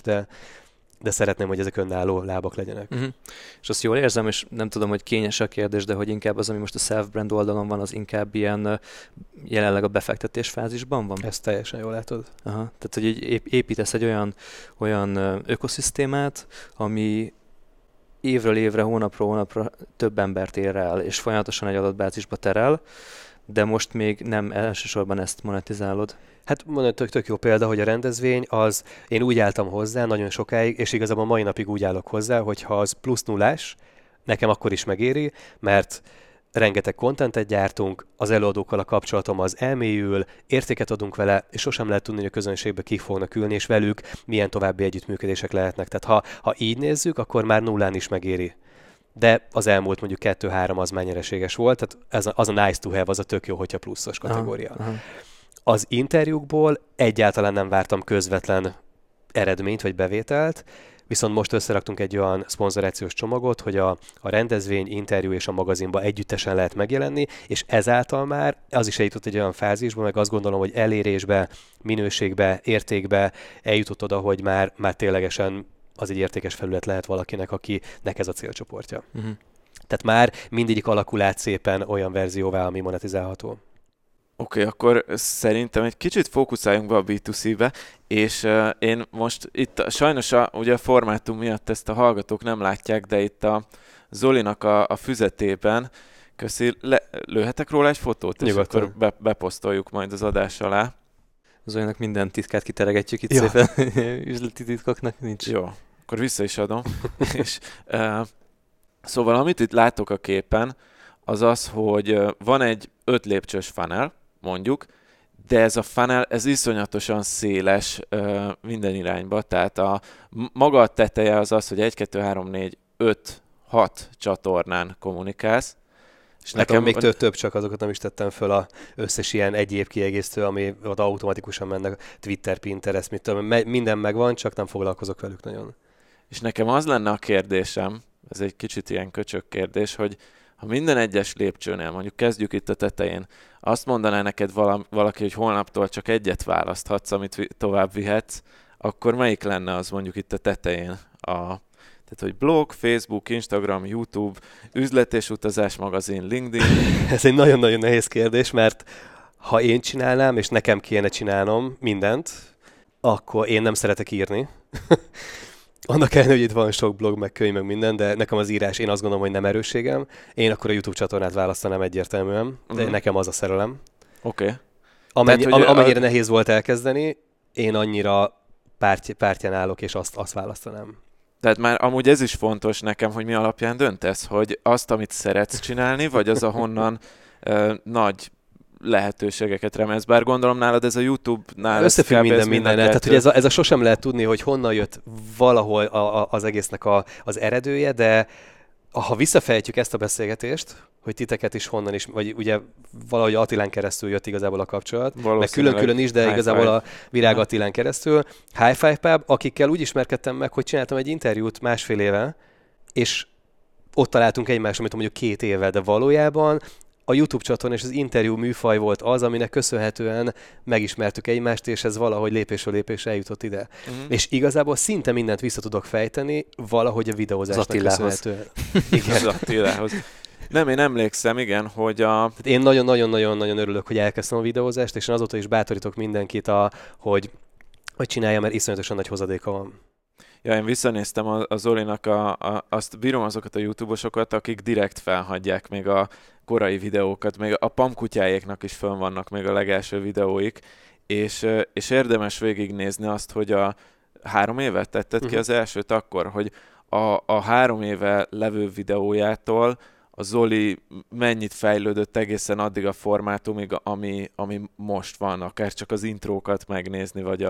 de szeretném, hogy ezek önálló lábak legyenek. És azt jól érzem, és nem tudom, hogy kényes a kérdés, de hogy inkább az, ami most a self-brand oldalon van, az inkább ilyen jelenleg a befektetés fázisban van? Ezt teljesen jól látod. Aha. Tehát, hogy így építesz egy olyan ökoszisztémát, ami évről évre, hónapról hónapra több embert ér el, és folyamatosan egy adatbázisba terel, de most még nem elsősorban ezt monetizálod. Hát mondom, tök jó példa, hogy a rendezvény az, én úgy álltam hozzá nagyon sokáig, és igazából mai napig úgy állok hozzá, hogy ha az plusz nullás, nekem akkor is megéri, mert rengeteg contentet gyártunk, az előadókkal a kapcsolatom az elmélyül, értéket adunk vele, és sosem lehet tudni, hogy a közönségbe kik fognak ülni, és velük milyen további együttműködések lehetnek. Tehát ha így nézzük, akkor már nullán is megéri. De az elmúlt mondjuk 2-3 az már nyereséges volt, tehát az a nice to have, az a tök jó, hogyha pluszos kategória. Aha. Az interjúkból egyáltalán nem vártam közvetlen eredményt vagy bevételt, viszont most összeraktunk egy olyan szponzorációs csomagot, hogy a rendezvény, interjú és a magazinba együttesen lehet megjelenni, és ezáltal már az is eljutott egy olyan fázisba, meg azt gondolom, hogy elérésbe, minőségbe, értékbe eljutott oda, hogy már ténylegesen az egy értékes felület lehet valakinek, akinek ez a célcsoportja. Uh-huh. Tehát már mindegyik alakul át szépen olyan verzióvá, ami monetizálható. Oké, akkor szerintem egy kicsit fókuszáljunk be a B2C-be, és én most itt sajnos ugye a formátum miatt ezt a hallgatók nem látják, de itt a Zolinak a füzetében, lőhetek róla egy fotót, nyugodtan. És akkor beposztoljuk majd az adás alá. Zolinak minden titkát kiteregetjük itt szépen, üzleti titkoknak nincs. Jó, akkor vissza is adom. És, szóval amit itt látok a képen, az az, hogy van egy 5 lépcsős funnel, mondjuk, de ez a funnel, ez iszonyatosan széles minden irányba, tehát maga a teteje az az, hogy 1, 2, 3, 4, 5, 6 csatornán kommunikálsz. És nekem még több, csak azokat nem is tettem föl az összes ilyen egyéb kiegészítő, ami ott automatikusan mennek, Twitter, Pinterest, mit tudom, minden megvan, csak nem foglalkozok velük nagyon. És nekem az lenne a kérdésem, ez egy kicsit ilyen köcsög kérdés, hogy ha minden egyes lépcsőnél, mondjuk kezdjük itt a tetején, azt mondaná neked valaki, hogy holnaptól csak egyet választhatsz, amit tovább vihetsz, akkor melyik lenne az mondjuk itt a tetején? Tehát, hogy blog, Facebook, Instagram, YouTube, üzlet és utazás magazin, LinkedIn. Ez egy nagyon-nagyon nehéz kérdés, mert ha én csinálnám, és nekem kéne csinálnom mindent, akkor én nem szeretek írni. Annak ellenére, hogy itt van sok blog, meg könyv, meg minden, de nekem az írás, én azt gondolom, hogy nem erősségem. Én akkor a YouTube csatornát választanám egyértelműen, de nekem az a szerelem. Oké. Amennyire nehéz volt elkezdeni, én annyira pártján állok, és azt választanám. Tehát már amúgy ez is fontos nekem, hogy mi alapján döntesz, hogy azt, amit szeretsz csinálni, vagy az, ahonnan nagy lehetőségeket remélsz. Bár gondolom nálad ez a YouTube-nál... Összefügg minden. Tehát, hogy ez a sosem lehet tudni, hogy honnan jött valahol az egésznek az eredője, de ha visszafejtjük ezt a beszélgetést, hogy titeket is honnan is, vagy ugye valahogy Attilán keresztül jött igazából a kapcsolat, meg külön-külön is, de igazából a Virág Attilán keresztül. High Five Pub, akikkel úgy ismerkedtem meg, hogy csináltam egy interjút 1,5 éve, és ott találtunk egymást, amit mondjuk 2 éve, de valójában a YouTube csatorna és az interjú műfaj volt az, aminek köszönhetően megismertük egymást, és ez valahogy lépésről lépésre eljutott ide. Uh-huh. És igazából szinte mindent vissza tudok fejteni, valahogy a videózásnak köszönhetően. Igen, az Attilához. Nem, én emlékszem, igen, hogy én nagyon-nagyon-nagyon örülök, hogy elkezdtem a videózást, és én azóta is bátorítok mindenkit, hogy csinálja, mert iszonyatosan nagy hozadéka van. Ja, én visszanéztem a Zolinak, azt bírom azokat a YouTube-osokat, akik direkt felhagyják még a korai videókat, még a pamkutyáéknak is fönn vannak még a legelső videóik, és érdemes végignézni azt, hogy a 3 évet tetted ki az elsőt akkor, hogy a 3 éve levő videójától a Zoli mennyit fejlődött egészen addig a formátumig, ami most van, akár csak az intrókat megnézni, vagy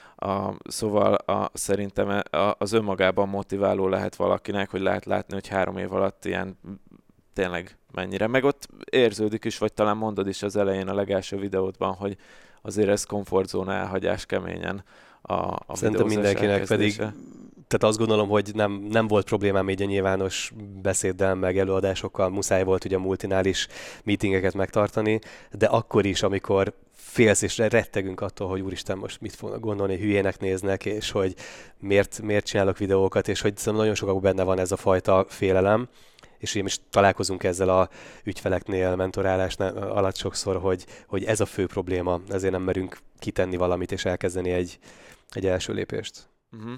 szóval szerintem az önmagában motiváló lehet valakinek, hogy lehet látni, hogy 3 év alatt ilyen tényleg mennyire. Meg ott érződik is, vagy talán mondod is az elején a legelső videódban, hogy azért ez komfortzóna elhagyás keményen a szerintem mindenkinek pedig, tehát azt gondolom, hogy nem volt problémám így a nyilvános beszéddel, meg előadásokkal, muszáj volt ugye a multinál is meetingeket megtartani, de akkor is, amikor félsz és rettegünk attól, hogy úristen, most mit fognak gondolni, hülyének néznek, és hogy miért csinálok videókat, és hogy nagyon sokak benne van ez a fajta félelem, és ugye is találkozunk ezzel a ügyfeleknél, mentorálás alatt sokszor, hogy ez a fő probléma, ezért nem merünk kitenni valamit, és elkezdeni egy első lépést. Uh-huh.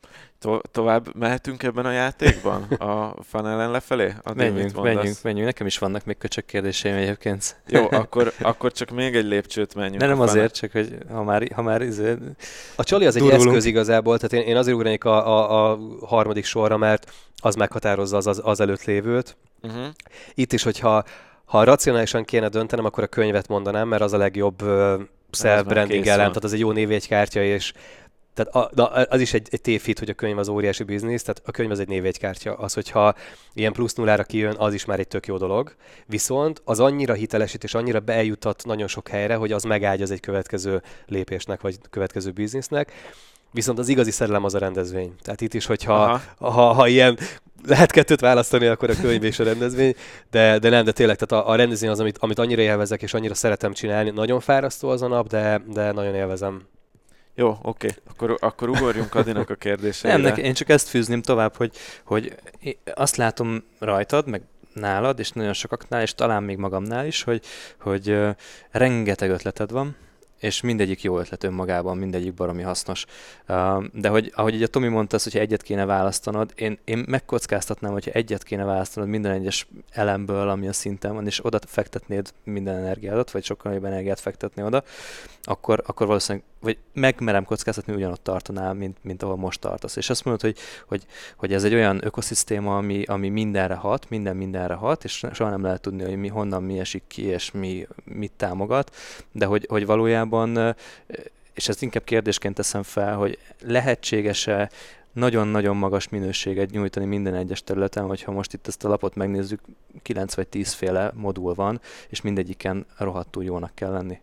Tovább mehetünk ebben a játékban? A funnelen lefelé? Menjünk. Nekem is vannak még köcsök kérdéseim egyébként. Jó, akkor csak még egy lépcsőt menjünk. Nem azért, csak hogy ha már a Csali az egy eszköz igazából, tehát én azért ugranék a harmadik sorra, mert az meghatározza az előtt lévőt. Uh-huh. Itt is, hogyha racionálisan kéne döntenem, akkor a könyvet mondanám, mert az a legjobb self-branding elem, tehát az egy jó névjegykártya, és Tehát az is egy tévhit, hogy a könyv az óriási biznisz, tehát a könyv az egy névjegykártya. Az, hogyha ilyen plusz nullára kijön, az is már egy tök jó dolog. Viszont az annyira hitelesít és annyira beeljutat nagyon sok helyre, hogy az megágyaz egy következő lépésnek, vagy következő biznisznek. Viszont az igazi szerelem az a rendezvény. Tehát itt is, hogyha ha ilyen lehet kettőt választani, akkor a könyv és a rendezvény, de nem, de tényleg, tehát a rendezvény az, amit annyira élvezek, és annyira szeretem csinálni. Nagyon fárasztó az a nap, de nagyon élvezem. Jó, oké. Akkor ugorjunk Adinak a kérdéseire. Nem, én csak ezt fűzném tovább, hogy azt látom rajtad, meg nálad, és nagyon sokaknál, és talán még magamnál is, hogy rengeteg ötleted van, és mindegyik jó ötlet önmagában, mindegyik baromi hasznos. De ahogy így a Tomi mondta, hogyha egyet kéne választanod, én megkockáztatnám, hogyha egyet kéne választanod minden egyes elemből, ami a szinten van, és oda fektetnéd minden energiádat, vagy sokkal nagyobb energiát fektetni oda, akkor valószínűleg, vagy megmerem kockáztatni, ugyanott tartanál, mint ahol most tartasz. És azt mondod, hogy ez egy olyan ökoszisztéma, ami mindenre hat, mindenre hat, és soha nem lehet tudni, hogy honnan mi esik ki, és mit támogat, de hogy valójában, és ezt inkább kérdésként teszem fel, hogy lehetséges-e nagyon-nagyon magas minőséget nyújtani minden egyes területen, hogyha most itt ezt a lapot megnézzük, 9 vagy 10 féle modul van, és mindegyiken rohadtul jónak kell lenni.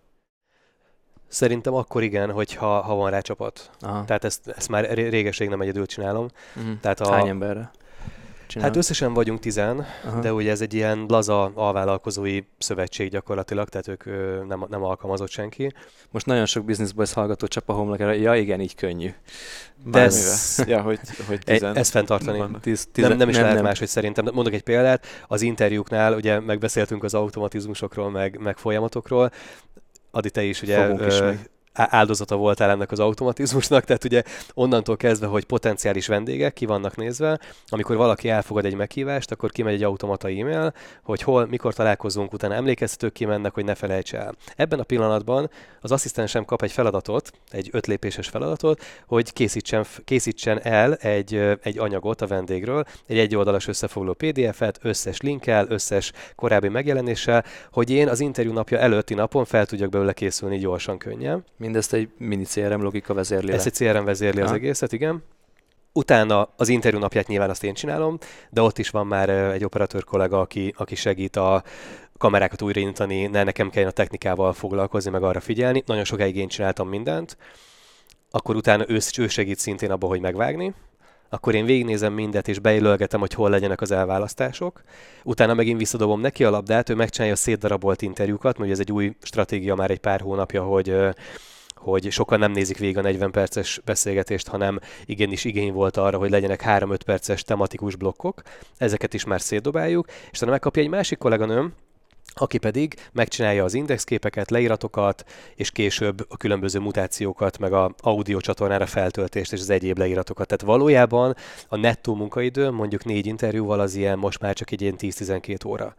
Szerintem akkor igen, hogyha van rá csapat. Aha. Tehát ezt már régeség nem egyedül csinálom. Tehát hány emberre csinálom? Hát összesen vagyunk 10, de ugye ez egy ilyen laza alvállalkozói szövetség gyakorlatilag, tehát ők nem alkalmazott senki. Most nagyon sok Business Boys hallgató csap a homlokra, ja igen, így könnyű. De hogy 10. Ezt fenntartani. Nem is lehet máshogy szerintem. Mondok egy példát, az interjúknál ugye megbeszéltünk az automatizmusokról, meg folyamatokról. Adi, te is ugye áldozata voltál ennek az automatizmusnak, tehát ugye onnantól kezdve, hogy potenciális vendégek ki vannak nézve, amikor valaki elfogad egy meghívást, akkor kimegy egy automata e-mail, hogy hol, mikor találkozunk, utána emlékeztetők kimennek, hogy ne felejts el. Ebben a pillanatban az asszisztensem kap egy feladatot, egy 5 lépéses feladatot, hogy készítsen el egy anyagot a vendégről, egy egyoldalas összefoglaló PDF-et, összes linkkel, összes korábbi megjelenéssel, hogy én az interjú napja előtti napon fel tudjak belőle készülni gyorsan, könnyen. Mindezt egy mini CRM logika vezérli le. Ezt egy CRM vezérli az egészet, igen. Utána az interjú napját nyilván azt én csinálom, de ott is van már egy operatőr kollega, aki segít a kamerákat újraindítani, ne nekem kelljen a technikával foglalkozni, meg arra figyelni. Nagyon sokáig én csináltam mindent. Akkor utána ő segít szintén abba, hogy megvágni. Akkor én végignézem mindet, és bejelölgetem, hogy hol legyenek az elválasztások. Utána megint visszadobom neki a labdát, ő megcsinálja a szétdarabolt interjúkat, mert ez egy új stratégia már egy pár hónapja, hogy sokan nem nézik végig a 40 perces beszélgetést, hanem igenis igény volt arra, hogy legyenek 3-5 perces tematikus blokkok. Ezeket is már szétdobáljuk, és utána megkapja egy másik kolléganőm, aki pedig megcsinálja az indexképeket, leíratokat, és később a különböző mutációkat, meg a audio csatornára feltöltést és az egyéb leíratokat. Tehát valójában a nettó munkaidő mondjuk 4 interjúval az ilyen most már csak egy ilyen 10-12 óra.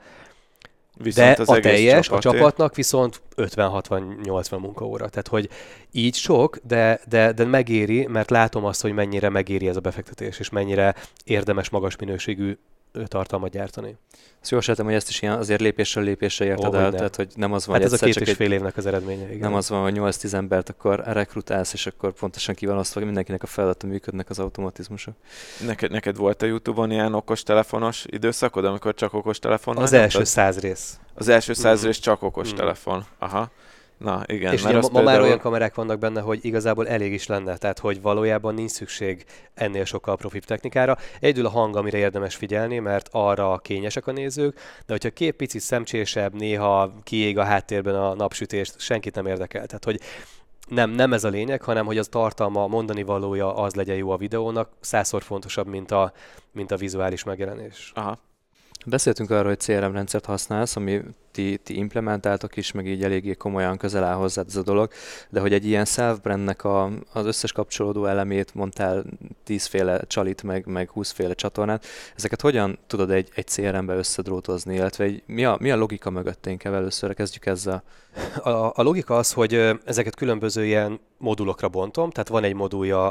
Viszont de a teljes, a csapatnak viszont 50-60-80 munkaóra. Tehát, hogy így sok, de megéri, mert látom azt, hogy mennyire megéri ez a befektetés, és mennyire érdemes magas minőségű tartalmat gyártani. Ezt jól sejtem, hogy ezt is ilyen azért lépésről lépésre érted el, tehát hogy nem az van, hát hogy ez a 2,5 évnek az eredménye. Igen. Nem az van, hogy 8-10 embert akkor rekrutálsz, és akkor pontosan ki van osztva, hogy mindenkinek a feladata működnek az automatizmusok. Neked volt a YouTube-on ilyen okostelefonos időszakod, amikor csak okostelefonnal? Az első 100 rész. Az első 100 rész csak okostelefon. Aha. Na, igen. És ugye ma már olyan kamerák vannak benne, hogy igazából elég is lenne, tehát hogy valójában nincs szükség ennél sokkal profibb technikára. Egyedül a hang, amire érdemes figyelni, mert arra kényesek a nézők, de hogyha két picit szemcsésebb, néha kiég a háttérben a napsütést, senkit nem érdekel. Tehát, hogy nem ez a lényeg, hanem hogy az tartalma, a mondani valója az legyen jó a videónak, 100-szor fontosabb, mint a vizuális megjelenés. Aha. Beszéltünk arról, hogy CRM rendszert használsz, ami ti implementáltok is, meg így eléggé komolyan közel áll hozzád ez a dolog, de hogy egy ilyen self-brandnek az összes kapcsolódó elemét, mondtál 10 féle csalit, meg 20 féle csatornát, ezeket hogyan tudod egy CRM-be összedrótozni, illetve mi a logika mögött, inkább először kezdjük ezzel? A logika az, hogy ezeket különböző ilyen modulokra bontom, tehát van egy modulja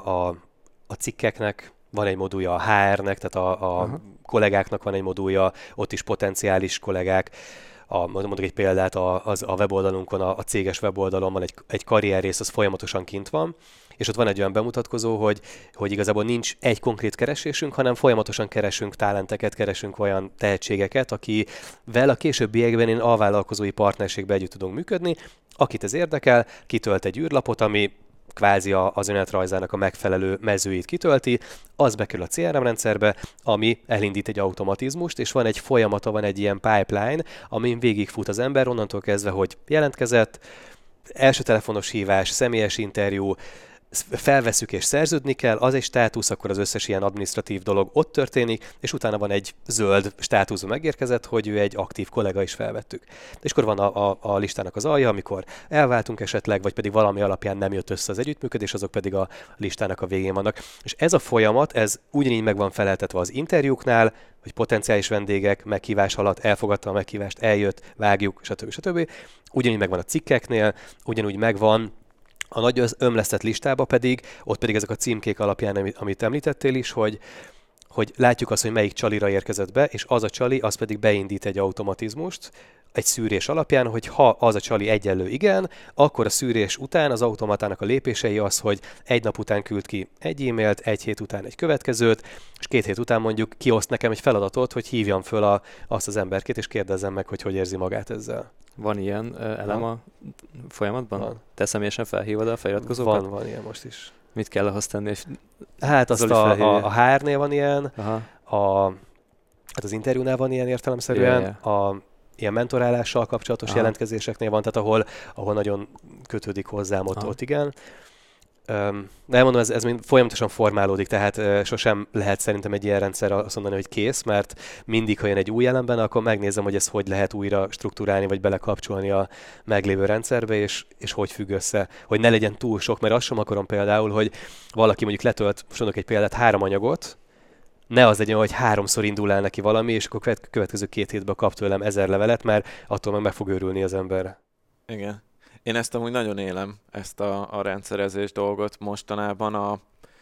a cikkeknek, van egy modulja a HR-nek, tehát a kollégáknak van egy modulja, ott is potenciális kollégák. Mondok egy példát, a weboldalunkon, a céges weboldalon van egy karrierrész, az folyamatosan kint van, és ott van egy olyan bemutatkozó, hogy igazából nincs egy konkrét keresésünk, hanem folyamatosan keresünk talenteket, keresünk olyan tehetségeket, akivel a későbbiekben én alvállalkozói partnerségben együtt tudunk működni, akit ez érdekel, kitölt egy űrlapot, ami kvázi az önéletrajzának a megfelelő mezőit kitölti, az bekerül a CRM rendszerbe, ami elindít egy automatizmust, és van egy folyamata, van egy ilyen pipeline, amin végigfut az ember, onnantól kezdve, hogy jelentkezett, első telefonos hívás, személyes interjú, felveszük és szerződni kell, az egy státusz, akkor az összes ilyen administratív dolog ott történik, és utána van egy zöld státuszba megérkezett, hogy ő egy aktív kollega, is felvettük. És akkor van a listának az alja, amikor elváltunk esetleg, vagy pedig valami alapján nem jött össze az együttműködés, azok pedig a listának a végén vannak. És ez a folyamat, ez ugyanígy meg van feleltetve az interjúknál, hogy potenciális vendégek meghívás alatt elfogadta a meghívást, eljött, vágjuk, stb. Ugyanígy megvan a cikkeknél, ugyanúgy megvan a nagy ömlesztett listába pedig, ott pedig ezek a címkék alapján, amit említettél is, hogy látjuk azt, hogy melyik csalira érkezett be, és az a csali, az pedig beindít egy automatizmust, egy szűrés alapján, hogy ha az a csali egyenlő igen, akkor a szűrés után az automatának a lépései az, hogy egy nap után küld ki egy e-mailt, egy hét után egy következőt, és 2 hét után mondjuk kioszt nekem egy feladatot, hogy hívjam föl azt az emberkét, és kérdezzem meg, hogy érzi magát ezzel. Van ilyen elem a folyamatban? Van. Te személyesen felhívod a feliratkozókat? Van ilyen most is. Mit kell ahhoz tenni? Hát azt a HR-nél van ilyen, Aha. Hát az interjúnál van ilyen értelemszerűen, ilyen mentorálással kapcsolatos jelentkezéseknél van, tehát ahol nagyon kötődik hozzám, ott igen. De elmondom, ez mind folyamatosan formálódik, tehát sosem lehet szerintem egy ilyen rendszer azt mondani, hogy kész, mert mindig, ha jön egy új elem benne, akkor megnézem, hogy ezt hogy lehet újra struktúrálni, vagy belekapcsolni a meglévő rendszerbe, és hogy függ össze, hogy ne legyen túl sok, mert azt sem akarom például, hogy valaki mondjuk letölt, most mondok egy példát, 3 anyagot, ne az legyen, hogy 3-szor indul el neki valami, és akkor következő 2 hétben kap tőlem 1000 levelet, mert attól meg fog őrülni az ember. Igen. Én ezt amúgy nagyon élem, ezt a rendszerezés dolgot mostanában.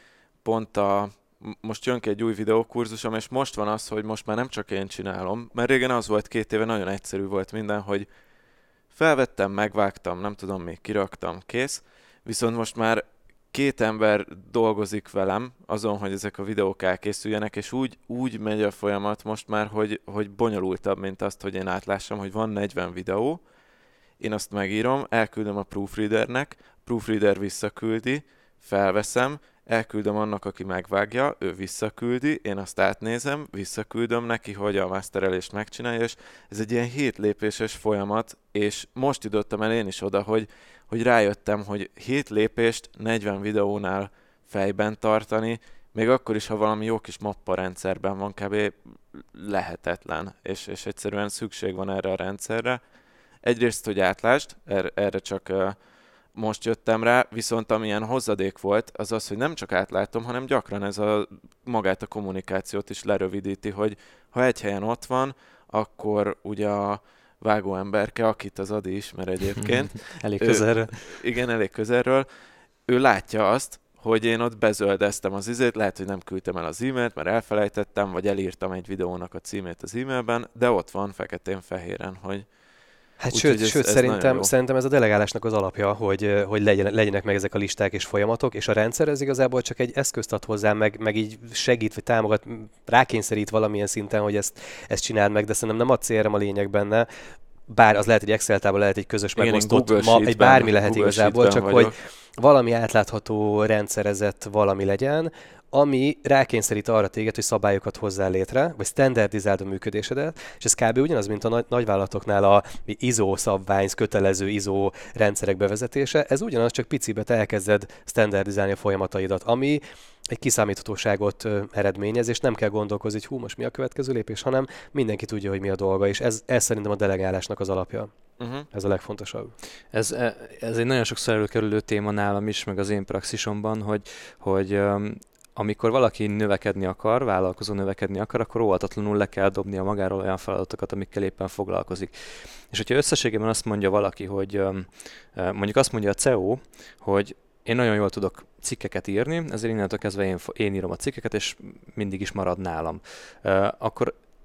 Most jön ki egy új videókurzusom, és most van az, hogy most már nem csak én csinálom, mert régen az volt 2 éve, nagyon egyszerű volt minden, hogy felvettem, megvágtam, nem tudom még, kiraktam, kész. Viszont most már 2 ember dolgozik velem azon, hogy ezek a videók elkészüljenek, és úgy megy a folyamat most már, hogy bonyolultabb, mint azt, hogy én átlássam, hogy van 40 videó, én azt megírom, elküldöm a proofreadernek, a proofreader visszaküldi, felveszem, elküldöm annak, aki megvágja, ő visszaküldi, én azt átnézem, visszaküldöm neki, hogy a masterelést megcsinálja, és ez egy ilyen 7 lépéses folyamat, és most jutottam el én is oda, hogy rájöttem, hogy 7 lépést 40 videónál fejben tartani, még akkor is, ha valami jó kis mappa rendszerben van, kb. Lehetetlen, és egyszerűen szükség van erre a rendszerre. Egyrészt, hogy átlásd, erre csak most jöttem rá, viszont amilyen hozadék volt, az az, hogy nem csak átlátom, hanem gyakran ez magát a kommunikációt is lerövidíti, hogy ha egy helyen ott van, akkor ugye a vágó emberke, akit az Adi ismer egyébként. Elég közelről. Igen, elég közelről. Ő látja azt, hogy én ott bezöldeztem az izét, lehet, hogy nem küldtem el az e-mailt, mert elfelejtettem, vagy elírtam egy videónak a címét az e-mailben, de ott van feketén-fehéren, hogy hát sőt szerintem ez a delegálásnak az alapja, hogy legyenek meg ezek a listák és folyamatok, és a rendszer ez igazából csak egy eszközt ad hozzá, meg így segít, vagy támogat, rákényszerít valamilyen szinten, hogy ezt csináld meg, de szerintem nem a CRM a lényeg benne, bár az lehet egy Excel tábla, lehet egy közös megosztott, egy bármi lehet Google igazából, csak vagyok. Hogy valami átlátható, rendszerezett valami legyen, ami rákényszerít arra téged, hogy szabályokat hozzá létre, vagy standardizáld a működésedet, és ez kb. Ugyanaz, mint a nagyvállalatoknál a ISO szabvány, kötelező ISO rendszerek bevezetése, ez ugyanaz, csak picibe te elkezded standardizálni a folyamataidat, ami egy kiszámíthatóságot eredményez, és nem kell gondolkozni, hogy most mi a következő lépés, hanem mindenki tudja, hogy mi a dolga, és ez szerintem a delegálásnak az alapja. Ez a legfontosabb. Ez egy nagyon sokszor előkerülő téma nálam is, meg az én praxisomban, hogy amikor valaki növekedni akar, vállalkozó növekedni akar, akkor óvatatlanul le kell dobnia magáról olyan feladatokat, amikkel éppen foglalkozik. És hogyha összességében azt mondja valaki, hogy mondjuk azt mondja a CEO, hogy én nagyon jól tudok cikkeket írni, ezért innentől kezdve én írom a cikkeket, és mindig is marad nálam. Akkor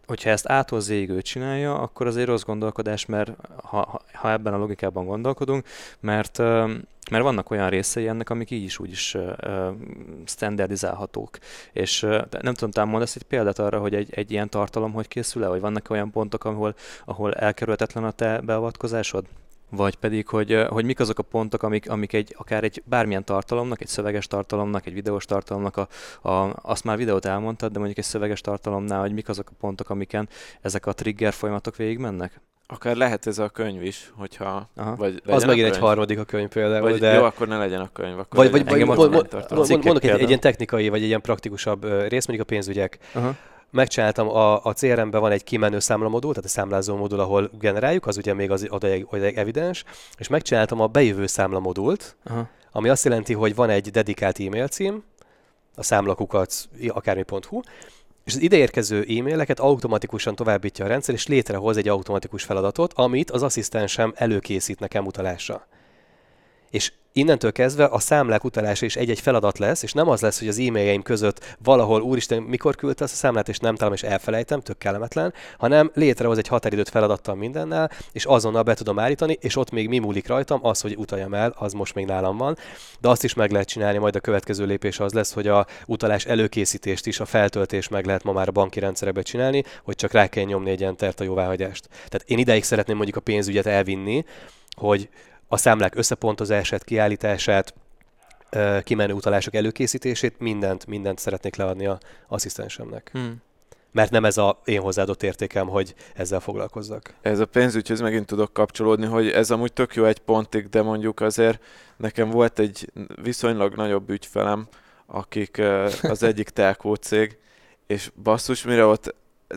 hogyha ezt A-tól Z-ig ő csinálja, akkor azért rossz gondolkodás, mert ha ebben a logikában gondolkodunk, mert vannak olyan részei ennek, amik így is úgy is standardizálhatók. És nem tudom, talán mondasz egy példát arra, hogy egy ilyen tartalom hogy készül el, vagy vannak olyan pontok, ahol elkerülhetetlen a te beavatkozásod? Vagy pedig, hogy mik azok a pontok, amik akár egy bármilyen tartalomnak, egy szöveges tartalomnak, egy videós tartalomnak, azt már videót elmondtad, de mondjuk egy szöveges tartalomnál, hogy mik azok a pontok, amiken ezek a trigger folyamatok végigmennek? Akár lehet ez a könyv is, hogyha... Vagy az megint egy harmadik a könyv például, vagy, de... Jó, akkor ne legyen a könyv. Akkor mondok egy ilyen technikai, vagy egy ilyen praktikusabb rész, mondjuk a pénzügyek. Megcsináltam, a CRM-ben van egy kimenő számlamodul, tehát a számlázó modul, ahol generáljuk, az ugye még az odaig evidens, és megcsináltam a bejövő számlamodult, ami azt jelenti, hogy van egy dedikált e-mail cím, a számlakukat akármi.hu, és az ideérkező e-maileket automatikusan továbbítja a rendszer, és létrehoz egy automatikus feladatot, amit az asszisztensem előkészít nekem utalásra. És innentől kezdve a számlák utalása is egy-egy feladat lesz, és nem az lesz, hogy az e-mailjeim között valahol, úristen, mikor küldte azt a számlát, és nem találom, és elfelejtem, tök kellemetlen, hanem létrehoz egy határidőt feladattal mindennel, és azonnal be tudom állítani, és ott még mi múlik rajtam, az, hogy utaljam el, az most még nálam van. De azt is meg lehet csinálni, majd a következő lépés az lesz, hogy a utalás előkészítést is, a feltöltést meg lehet ma már a banki rendszerekbe csinálni, hogy csak rá kell nyomni egy entert a jóváhagyást. Tehát én ideig szeretném mondjuk a pénzügyet elvinni, hogy a számlák összepontozását, kiállítását, kimenő utalások előkészítését, mindent szeretnék leadni az asszisztensemnek. Mert nem ez az én hozzáadott értékem, hogy ezzel foglalkozzak. Ez a pénzügyhöz megint tudok kapcsolódni, hogy ez amúgy tök jó egy pontig, de mondjuk azért nekem volt egy viszonylag nagyobb ügyfelem, akik az egyik telkó cég, és basszus, mire ott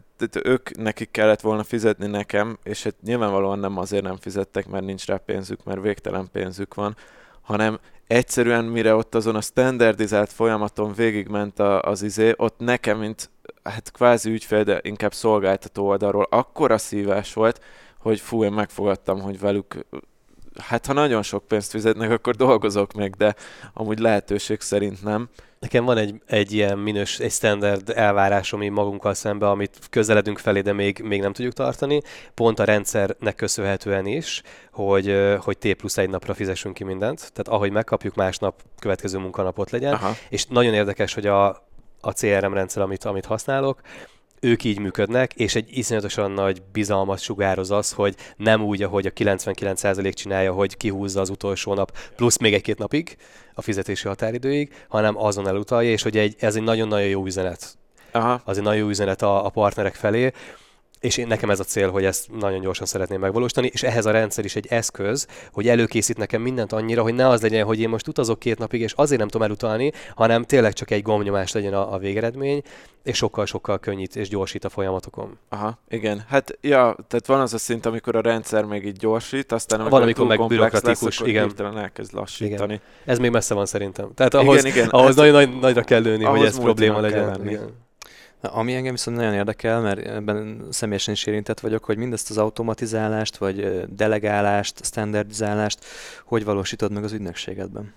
nekik kellett volna fizetni nekem, és hát nyilvánvalóan nem azért nem fizettek, mert nincs rá pénzük, mert végtelen pénzük van, hanem egyszerűen mire ott azon a standardizált folyamaton végigment az ott nekem, mint hát kvázi ügyfél, de inkább szolgáltató oldalról akkora szívás volt, hogy fú, én megfogadtam, hogy velük, hát ha nagyon sok pénzt fizetnek, akkor dolgozok meg, de amúgy lehetőség szerint nem. Nekem van egy ilyen egy standard elvárásom így magunkkal szemben, amit közeledünk felé, de még nem tudjuk tartani. Pont a rendszernek köszönhetően is, hogy T+1 napra fizessünk ki mindent. Tehát ahogy megkapjuk, másnap következő munkanapot legyen. Aha. És nagyon érdekes, hogy a CRM rendszer, amit használok, ők így működnek, és egy iszonyatosan nagy bizalmat sugároz az, hogy nem úgy, ahogy a 99% csinálja, hogy kihúzza az utolsó nap, plusz még egy-két napig a fizetési határidőig, hanem azon elutalja, és hogy ez egy nagyon-nagyon jó üzenet. Aha. Az egy nagyon jó üzenet a partnerek felé, és nekem ez a cél, hogy ezt nagyon gyorsan szeretném megvalósítani, és ehhez a rendszer is egy eszköz, hogy előkészít nekem mindent annyira, hogy ne az legyen, hogy én most utazok 2 napig, és azért nem tudom elutalni, hanem tényleg csak egy gombnyomás legyen a végeredmény, és sokkal-sokkal könnyít és gyorsít a folyamatokon. Aha, igen. Hát, ja, tehát van az a szint, amikor a rendszer még így gyorsít, aztán amikor van, amikor meg bürokratikus, lesz, akkor igen. hirtelen elkezd lassítani. Igen. Ez még messze van szerintem. Tehát ahhoz nagyon nagyra kell lőni, hogy ez probléma legyen. Igen. Ami engem viszont nagyon érdekel, mert ebben személyesen is érintett vagyok, hogy mindezt az automatizálást, vagy delegálást, standardizálást, hogy valósítod meg az ügynökségedben?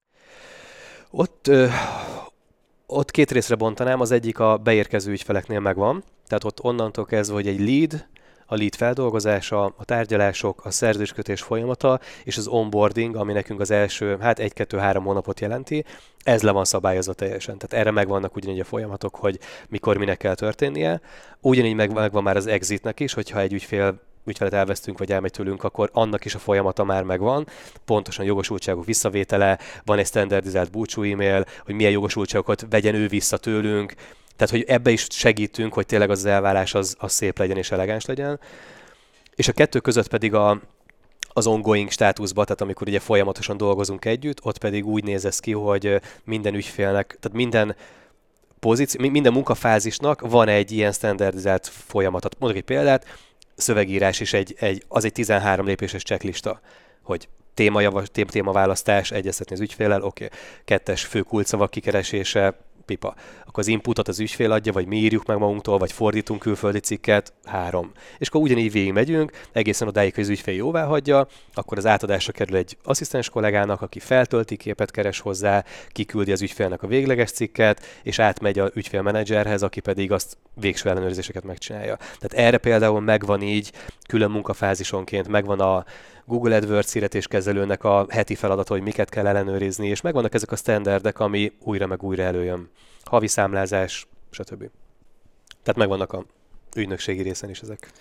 Ott 2 részre bontanám, az egyik a beérkező ügyfeleknél megvan, tehát ott onnantól kezdve, hogy egy lead, a lead feldolgozása, a tárgyalások, a szerződéskötés folyamata és az onboarding, ami nekünk az első 1-2-3 hónapot jelenti, ez le van szabályozva teljesen. Tehát erre megvannak ugyanígy a folyamatok, hogy mikor minek kell történnie. Ugyanígy megvan már az exitnek is, hogyha egy ügyfelet elvesztünk, vagy elmegy tőlünk, akkor annak is a folyamata már megvan. Pontosan jogosultságok visszavétele, van egy standardizált búcsú e-mail, hogy milyen jogosultságokat vegyen ő vissza tőlünk. Tehát, hogy ebbe is segítünk, hogy tényleg az elvárás az szép legyen és elegáns legyen. És a 2 között pedig az ongoing státuszba, tehát amikor ugye folyamatosan dolgozunk együtt, ott pedig úgy néz ez ki, hogy minden ügyfélnek, tehát minden munkafázisnak van egy ilyen standardizált folyamat. Mondok egy példát, szövegírás is az egy 13 lépéses checklista, hogy témaválasztás, egyeztetni az ügyféllel, 2. fő kulcsszavak kikeresése, pipa. Akkor az inputot az ügyfél adja, vagy mi írjuk meg magunktól, vagy fordítunk külföldi cikket, 3. És akkor ugyanígy végig megyünk, egészen odáig, hogy az ügyfél jóvá hagyja, akkor az átadásra kerül egy asszisztens kollégának, aki feltölti, képet keres hozzá, kiküldi az ügyfélnek a végleges cikket, és átmegy a ügyfélmenedzserhez, aki pedig azt végső ellenőrzéseket megcsinálja. Tehát erre például megvan így külön munkafázisonként, megvan a Google AdWords hirdetéskezelőnek a heti feladata, hogy miket kell ellenőrizni, és megvannak ezek a standardek, ami újra meg újra előjön. Havi számlázás, stb. Tehát megvannak a ügynökségi részen is ezek.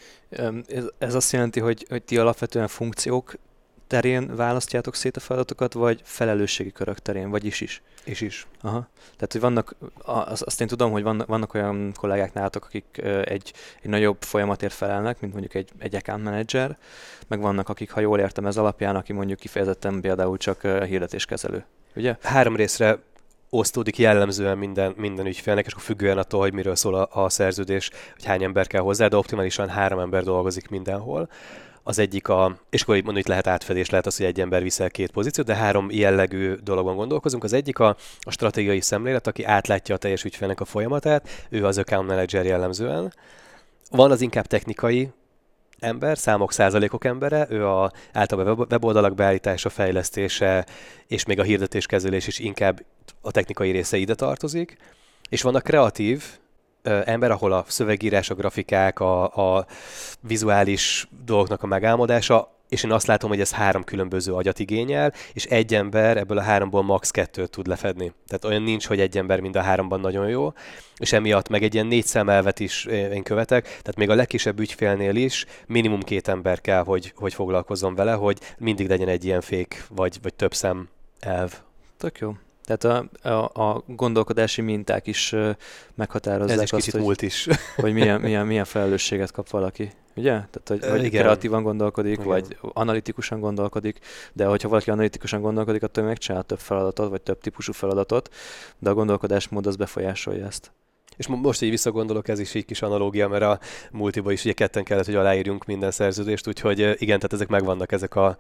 Ez azt jelenti, hogy ti alapvetően funkciók terén választjátok szét a feladatokat, vagy felelősségi körök terén, vagy is? Is. Aha. Tehát, hogy vannak, azt én tudom, hogy vannak olyan kollégák nálatok, akik egy nagyobb folyamatért felelnek, mint mondjuk egy account manager, meg vannak, akik, ha jól értem ez alapján, aki mondjuk kifejezetten például csak hirdetéskezelő. Ugye? 3 részre osztódik jellemzően minden ügyfélnek, és akkor függően attól, hogy miről szól a szerződés, hogy hány ember kell hozzá, de optimálisan 3 ember dolgozik mindenhol. Az egyik és akkor mondjuk itt lehet átfedés, lehet az, hogy egy ember viszel 2 pozíciót, de 3 jellegű dologon gondolkozunk. Az egyik a stratégiai szemlélet, aki átlátja a teljes ügyfélnek a folyamatát, ő az account manager jellemzően. Van az inkább technikai ember, számok, százalékok embere, ő általában weboldalak beállítása, fejlesztése, és még a hirdetéskezelés is inkább a technikai része ide tartozik. És van a kreatív ember, ahol a szövegírás, a grafikák, a vizuális dolgoknak a megálmodása, és én azt látom, hogy ez 3 különböző agyat igényel, és egy ember ebből a 3-ból max. 2-t tud lefedni. Tehát olyan nincs, hogy egy ember mind a 3-ban nagyon jó, és emiatt meg egy ilyen 4 szemelvet is én követek, tehát még a legkisebb ügyfélnél is minimum 2 ember kell, hogy foglalkozzon vele, hogy mindig legyen egy ilyen fék, vagy több szem elv. Tök jó. Tehát a gondolkodási minták is meghatározzák ez is azt, kicsit múlt is. hogy milyen felelősséget kap valaki. Ugye? Tehát, hogy kreatívan gondolkodik, igen, vagy analitikusan gondolkodik, de hogyha valaki analitikusan gondolkodik, attól megcsinál több feladatot, vagy több típusú feladatot, de a gondolkodásmód az befolyásolja ezt. És most így visszagondolok, ez is egy kis analógia, mert a multiba is ugye 2 kellett, hogy aláírjunk minden szerződést, úgyhogy igen, tehát ezek megvannak, ezek a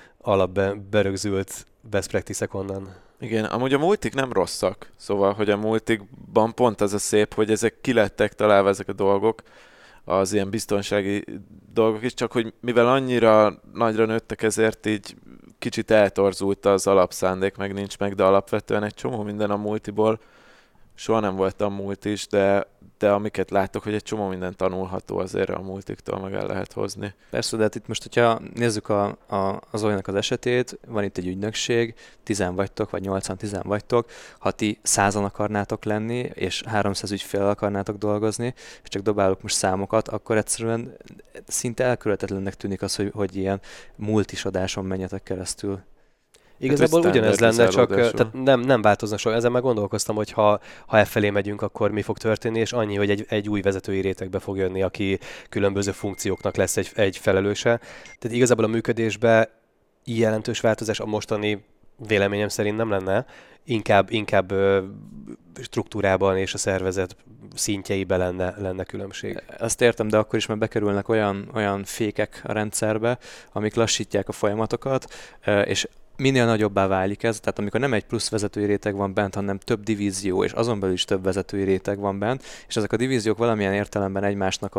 alapberögzült best practice-ek onnan. Igen, amúgy a multik nem rosszak, szóval, hogy a multikban pont az a szép, hogy ezek kilettek találva ezek a dolgok, az ilyen biztonsági dolgok is, csak hogy mivel annyira nagyra nőttek, ezért így kicsit eltorzult az alapszándék, meg nincs meg, de alapvetően egy csomó minden a multiból. Soha nem voltam multi is, de amiket látok, hogy egy csomó minden tanulható azért a multiktól meg el lehet hozni. Persze, de hát itt most, hogyha nézzük az Zolinak az esetét, van itt egy ügynökség, 10 vagytok, vagy 8-10 vagytok, ha ti 100-an akarnátok lenni, és 300 ügyféllel akarnátok dolgozni, és csak dobálok most számokat, akkor egyszerűen szinte elkülöhetetlennek tűnik az, hogy ilyen multisodáson menjetek keresztül. Igazából ugyanez lenne, csak tehát nem változna soha. Ezen már gondolkoztam, hogy ha e felé megyünk, akkor mi fog történni, és annyi, hogy egy új vezetői rétegbe fog jönni, aki különböző funkcióknak lesz egy felelőse. Tehát igazából a működésben jelentős változás a mostani véleményem szerint nem lenne, inkább struktúrában és a szervezet szintjeiben lenne különbség. Azt értem, de akkor is már bekerülnek olyan fékek a rendszerbe, amik lassítják a folyamatokat, és minél nagyobbá válik ez, tehát amikor nem egy plusz vezetői réteg van bent, hanem több divízió, és azon belül is több vezetői réteg van bent, és ezek a divíziók valamilyen értelemben egymásnak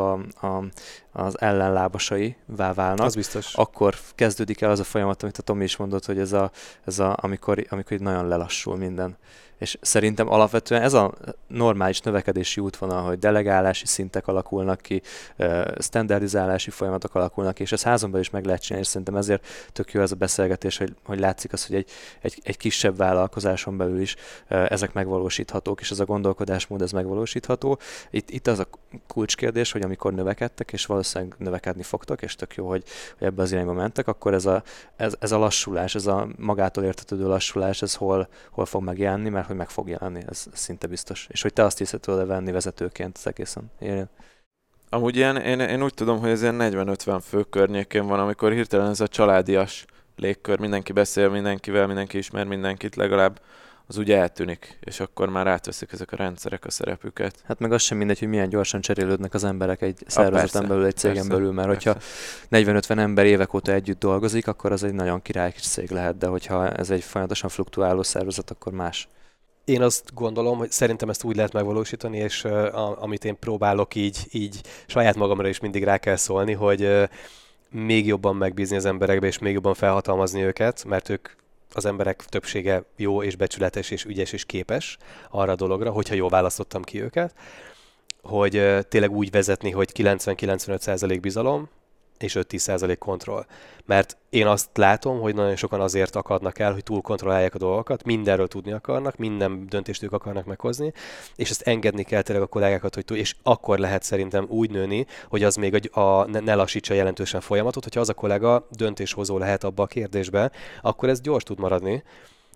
az ellenlábasaivá válnak, az biztos. Akkor kezdődik el az a folyamat, amit a Tomi is mondott, hogy amikor nagyon lelassul minden. És szerintem alapvetően ez a normális növekedési útvonal, hogy delegálási szintek alakulnak ki, standardizálási folyamatok alakulnak ki, és ez házon belül is meg lehet csinálni, és szerintem ezért tök jó ez a beszélgetés, hogy látszik az, hogy egy kisebb vállalkozáson belül is ezek megvalósíthatók, és ez a gondolkodásmód ez megvalósítható. Itt az a kulcskérdés, hogy amikor növekedtek, és valószínűleg növekedni fogtok, és tök jó, hogy ebbe az irányba mentek, akkor ez a lassulás, ez a magától értetődő lassulás, ez hol fog megjelenni, mert hogy meg fog jelenni, ez szinte biztos. És hogy te azt hiszed tőle venni vezetőként, ez egészen érjen. Amúgy én úgy tudom, hogy ez ilyen 40-50 fő környékén van, amikor hirtelen ez a családias légkör, mindenki beszél mindenkivel, mindenki ismer mindenkit, legalább az úgy eltűnik, és akkor már átveszik ezek a rendszerek a szerepüket. Hát meg az sem mindegy, hogy milyen gyorsan cserélődnek az emberek egy szervezeten belül, egy cégen belül, mert hogyha 40-50 ember évek óta együtt dolgozik, akkor az egy nagyon király kis cég lehet, de hogyha ez egy folyamatosan fluktuáló szervezet, akkor más. Én azt gondolom, hogy szerintem ezt úgy lehet megvalósítani, és amit én próbálok így saját magamra is mindig rá kell szólni, hogy még jobban megbízni az emberekbe, és még jobban felhatalmazni őket, mert ők az emberek többsége jó és becsületes és ügyes és képes arra a dologra, hogyha jól választottam ki őket, hogy tényleg úgy vezetni, hogy 90-95% bizalom, és 5-10% kontroll. Mert én azt látom, hogy nagyon sokan azért akadnak el, hogy túl kontrollálják a dolgokat, mindenről tudni akarnak, minden döntést ők akarnak meghozni, és ezt engedni kell tényleg a kollégákat, hogy és akkor lehet szerintem úgy nőni, hogy az még ne lassítsa jelentősen folyamatot, hogyha az a kollega döntéshozó lehet abba a kérdésbe, akkor ez gyors tud maradni,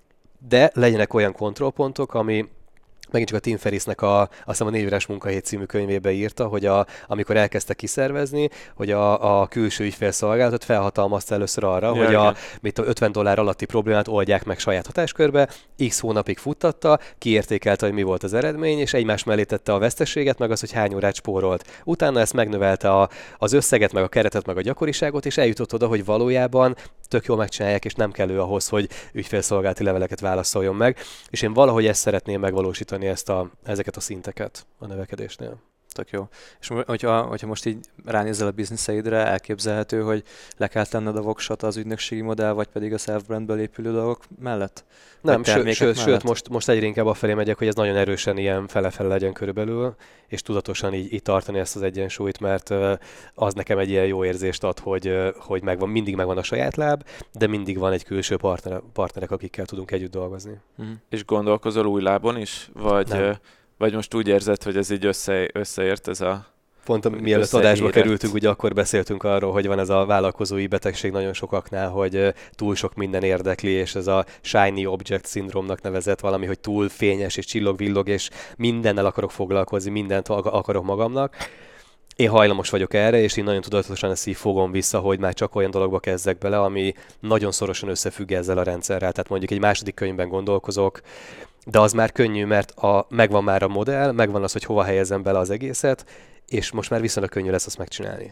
de legyenek olyan kontrollpontok, ami megint csak a Tim Ferrissnek azt hiszem a 4 órás munkahét című könyvébe írta, hogy amikor elkezdte kiszervezni, hogy a külső ügyfélszolgálatot felhatalmazta először arra, hogy a $50 alatti problémát oldják meg saját hatáskörbe, x hónapig futtatta, kiértékelte, hogy mi volt az eredmény, és egymás mellé tette a veszteséget, meg az, hogy hány órát spórolt. Utána ezt megnövelte az összeget, meg a keretet, meg a gyakoriságot, és eljutott oda, hogy valójában tök jól megcsinálják, és nem kellő ahhoz, hogy ügyfélszolgálati leveleket válaszoljon meg. És én valahogy ezt szeretném megvalósítani, ezeket a szinteket a növekedésnél. Tök jó. És hogyha most így ránézel a bizniszeidre, elképzelhető, hogy le kell tenned a voksot az ügynökségi modell, vagy pedig a self-brandből épülő dolgok mellett? Nem, sőt most egyre inkább afelé megyek, hogy ez nagyon erősen ilyen fele-fele legyen körülbelül, és tudatosan így tartani ezt az egyensúlyt, mert az nekem egy ilyen jó érzést ad, hogy mindig megvan a saját láb, de mindig van egy külső partnerek, akikkel tudunk együtt dolgozni. És gondolkozol új lábon is? Vagy most úgy érzed, hogy ez így összeért ez a... Pont mielőtt adásba kerültünk, ugye akkor beszéltünk arról, hogy van ez a vállalkozói betegség nagyon sokaknál, hogy túl sok minden érdekli, és ez a shiny object szindrómnak nevezett valami, hogy túl fényes és csillog-villog, és mindennel akarok foglalkozni, mindent akarok magamnak. Én hajlamos vagyok erre, és én nagyon tudatosan ezt így fogom vissza, hogy már csak olyan dologba kezdek bele, ami nagyon szorosan összefügg ezzel a rendszerrel. Tehát mondjuk egy második könyvben gondolkozok, de az már könnyű, mert megvan már a modell, megvan az, hogy hova helyezem bele az egészet, és most már viszonylag könnyű lesz azt megcsinálni.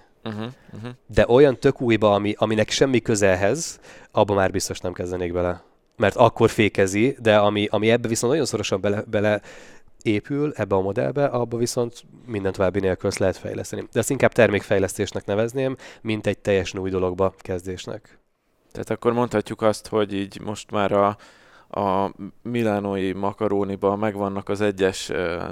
De olyan tök újba, aminek semmi közelhez, abba már biztos nem kezdenék bele. Mert akkor fékezi, de ami ebbe viszont nagyon szorosan bele épül ebbe a modellbe, abba viszont minden további nélkül azt lehet fejleszteni. De ezt inkább termékfejlesztésnek nevezném, mint egy teljesen új dologba kezdésnek. Tehát akkor mondhatjuk azt, hogy így most már a milánói makaróniban megvannak az egyes,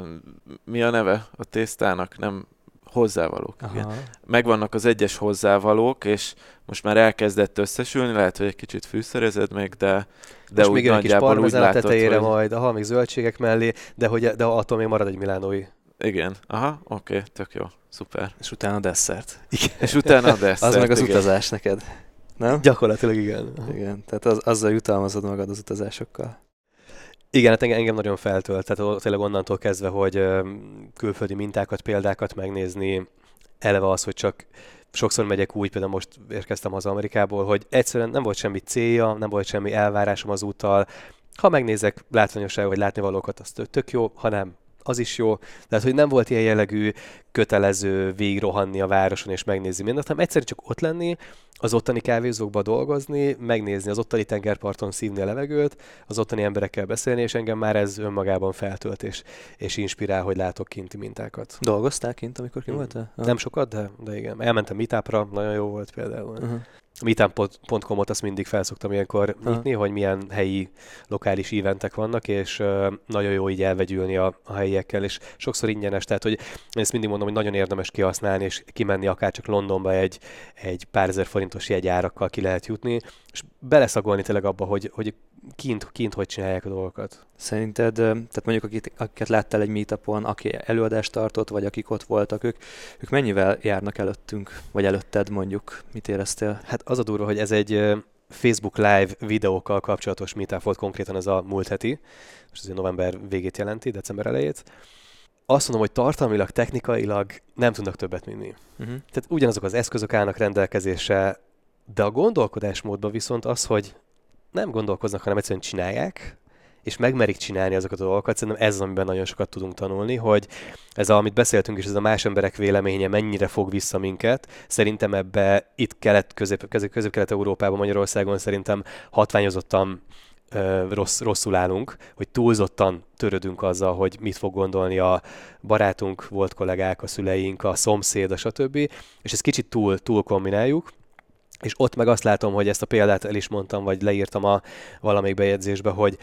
mi a neve a tésztának? Nem hozzávalók. Megvannak az egyes hozzávalók, és most már elkezdett összesülni, lehet, hogy egy kicsit fűszerezed még, de most úgy még nagyjából úgy látod, tetejére hogy... majd, még zöldségek mellé, de attól még marad egy milánói. Igen, oké, tök jó, szuper. És utána a desszert. Igen. És utána a desszert. Az meg az utazás neked, nem? Gyakorlatilag igen. Igen, tehát azzal jutalmazod magad az utazásokkal. Igen, hát engem nagyon feltölt, tehát tényleg onnantól kezdve, hogy külföldi mintákat, példákat megnézni, eleve az, hogy csak sokszor megyek úgy, például most érkeztem haza Amerikából, hogy egyszerűen nem volt semmi célja, nem volt semmi elvárásom az úttal. Ha megnézek látványosságot, vagy látnivalókat, az tök jó, ha nem, az is jó. Tehát, hogy nem volt ilyen jellegű kötelező végigrohanni a városon és megnézni mindent, hanem egyszerűen csak ott lenni, az ottani kávézókba dolgozni, megnézni az ottani tengerparton, szívni a levegőt, az ottani emberekkel beszélni, és engem már ez önmagában feltölt és inspirál, hogy látok kinti mintákat. Dolgoztál kint, amikor ki voltál? Nem sokat, de igen. Elmentem meetupra, nagyon jó volt például. Meetup.com-ot azt mindig felszoktam ilyenkor nyitni, hogy milyen helyi, lokális eventek vannak, és nagyon jó így elvegyülni a helyiekkel, és sokszor ingyenes, tehát hogy én ezt mindig mondom, hogy nagyon érdemes kihasználni, és kimenni akár csak Londonba egy pár ezer forintos jegyárakkal ki lehet jutni, és beleszagolni tényleg abba, hogy kint hogy csinálják a dolgokat. Szerinted, tehát mondjuk akiket láttál egy meetupon, aki előadást tartott, vagy akik ott voltak, ők mennyivel járnak előttünk, vagy előtted mondjuk? Mit éreztél? Hát az a durva, hogy ez egy Facebook Live videókkal kapcsolatos meetup volt konkrétan, ez a múlt heti, és azért november végét jelenti, december elejét. Azt mondom, hogy tartalmilag, technikailag nem tudnak többet minni. Tehát ugyanazok az eszközök állnak rendelkezésre, de a gondolkodásmódban viszont az, hogy nem gondolkoznak, hanem egyszerűen csinálják, és megmerik csinálni azokat a dolgokat. Szerintem ez az, amiben nagyon sokat tudunk tanulni, hogy ez, amit beszéltünk is, ez a más emberek véleménye mennyire fog vissza minket. Szerintem ebbe itt Közép-Kelet-Európában, Magyarországon szerintem hatványozottan rosszul állunk, hogy túlzottan törődünk azzal, hogy mit fog gondolni a barátunk, volt kollégák, a szüleink, a szomszéd, a stb. És ezt kicsit túl kombináljuk, és ott meg azt látom, hogy ezt a példát el is mondtam, vagy leírtam a valamelyik bejegyzésbe, hogy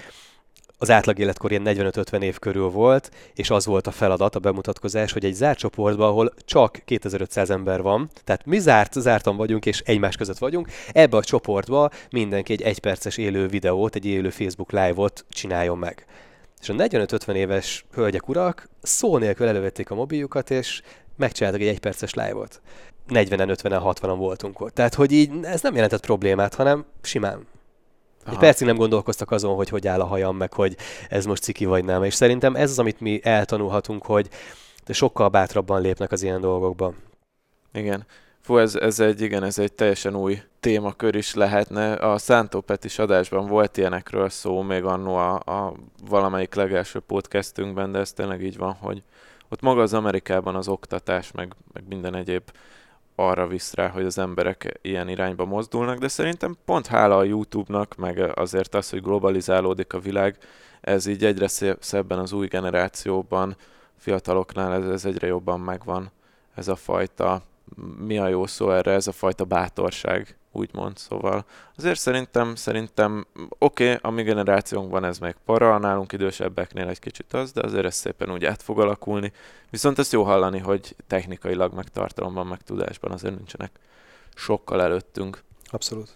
az átlag életkor ilyen 45-50 év körül volt, és az volt a feladat, a bemutatkozás, hogy egy zárt csoportban, ahol csak 2500 ember van, tehát mi zártan vagyunk, és egymás között vagyunk, ebbe a csoportba mindenki egy 1 perces élő videót, egy élő Facebook live-ot csináljon meg. És a 45-50 éves hölgyek, urak szó nélkül elővették a mobiljukat, és megcsináltak egy 1 perces live-ot. 40-en, 50-en, 60-an voltunk ott. Tehát, hogy így ez nem jelentett problémát, hanem simán. Egy percig nem gondolkoztak azon, hogy áll a hajam, meg hogy ez most ciki vagy nem. És szerintem ez az, amit mi eltanulhatunk, hogy sokkal bátrabban lépnek az ilyen dolgokba. Igen. Fú, ez egy teljesen új témakör is lehetne. A Szántó Petis adásban volt ilyenekről szó, még annó a valamelyik legelső podcastünkben, de ez tényleg így van, hogy ott maga az Amerikában az oktatás, meg minden egyéb arra visz rá, hogy az emberek ilyen irányba mozdulnak, de szerintem pont hála a YouTube-nak, meg azért az, hogy globalizálódik a világ, ez így egyre szebben az új generációban, fiataloknál ez egyre jobban megvan, ez a fajta, mi a jó szó erre, ez a fajta bátorság, úgymond, szóval azért szerintem oké, a mi generációnkban ez még para, nálunk idősebbeknél egy kicsit az, de azért ez szépen úgy át fog alakulni. Viszont ezt jó hallani, hogy technikailag, meg tartalomban, meg tudásban azért nincsenek sokkal előttünk. Abszolút.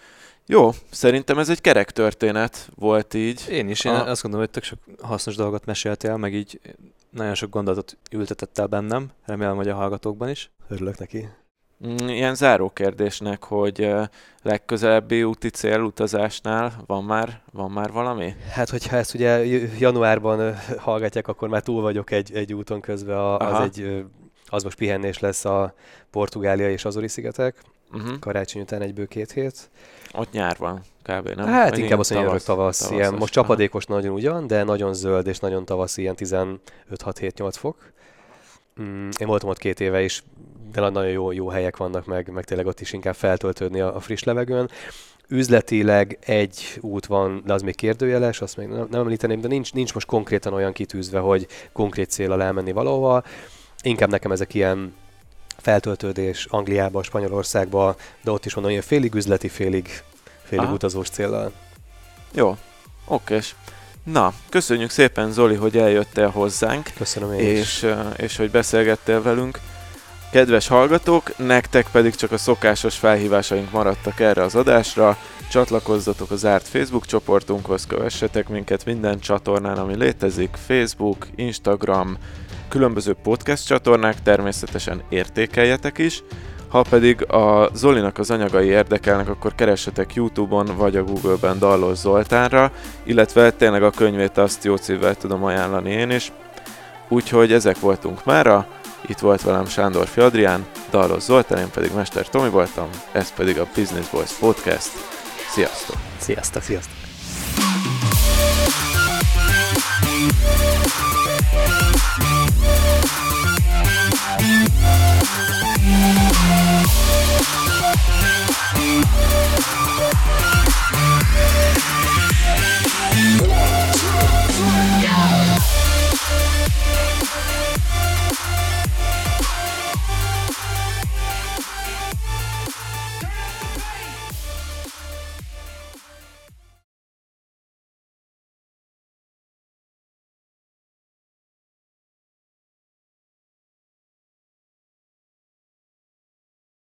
Jó, szerintem ez egy kerek történet volt így. Én azt gondolom, hogy tök sok hasznos dolgot meséltél, meg így nagyon sok gondolatot ültetettel bennem, remélem, hogy a hallgatókban is. Örülök neki. Ilyen záró kérdésnek, hogy legközelebbi úti célutazásnál van már valami? Hát, hogyha ezt ugye januárban hallgatják, akkor már túl vagyok egy úton közben, az most pihenés lesz a Portugália és Azori-szigetek, karácsony után egyből 2 hét. Ott nyár van kb. Nem? Hát vagy inkább azt mondja, hogy tavasz, ilyen, most csapadékos nagyon ugyan, de nagyon zöld és nagyon tavaszi, ilyen 15-6-7-8 fok. Én voltam ott 2 éve is, de nagyon jó helyek vannak, meg tényleg ott is inkább feltöltődni a friss levegőn. Üzletileg egy út van, de az még kérdőjeles, azt még nem említeném, de nincs most konkrétan olyan kitűzve, hogy konkrét céllal elmenni valahova. Inkább nekem ezek ilyen feltöltődés Angliába, Spanyolországba, de ott is van olyan félig üzleti, félig utazós céllal. Jó, okés. Na, köszönjük szépen, Zoli, hogy eljöttél hozzánk. Köszönöm én is. És hogy beszélgettél velünk. Kedves hallgatók, nektek pedig csak a szokásos felhívásaink maradtak erre az adásra. Csatlakozzatok a zárt Facebook csoportunkhoz, kövessetek minket minden csatornán, ami létezik, Facebook, Instagram, különböző podcast csatornák, természetesen értékeljetek is. Ha pedig a Zolinak az anyagai érdekelnek, akkor keressetek YouTube-on vagy a Google-ben Dallos Zoltánra, illetve tényleg a könyvét azt jó szívvel tudom ajánlani én is. Úgyhogy ezek voltunk mára, itt volt velem Sándorfi Adrián, Dallos Zoltán, én pedig Mester Tomi voltam, ez pedig a Business Boys Podcast. Sziasztok! Sziasztok! Sziasztok!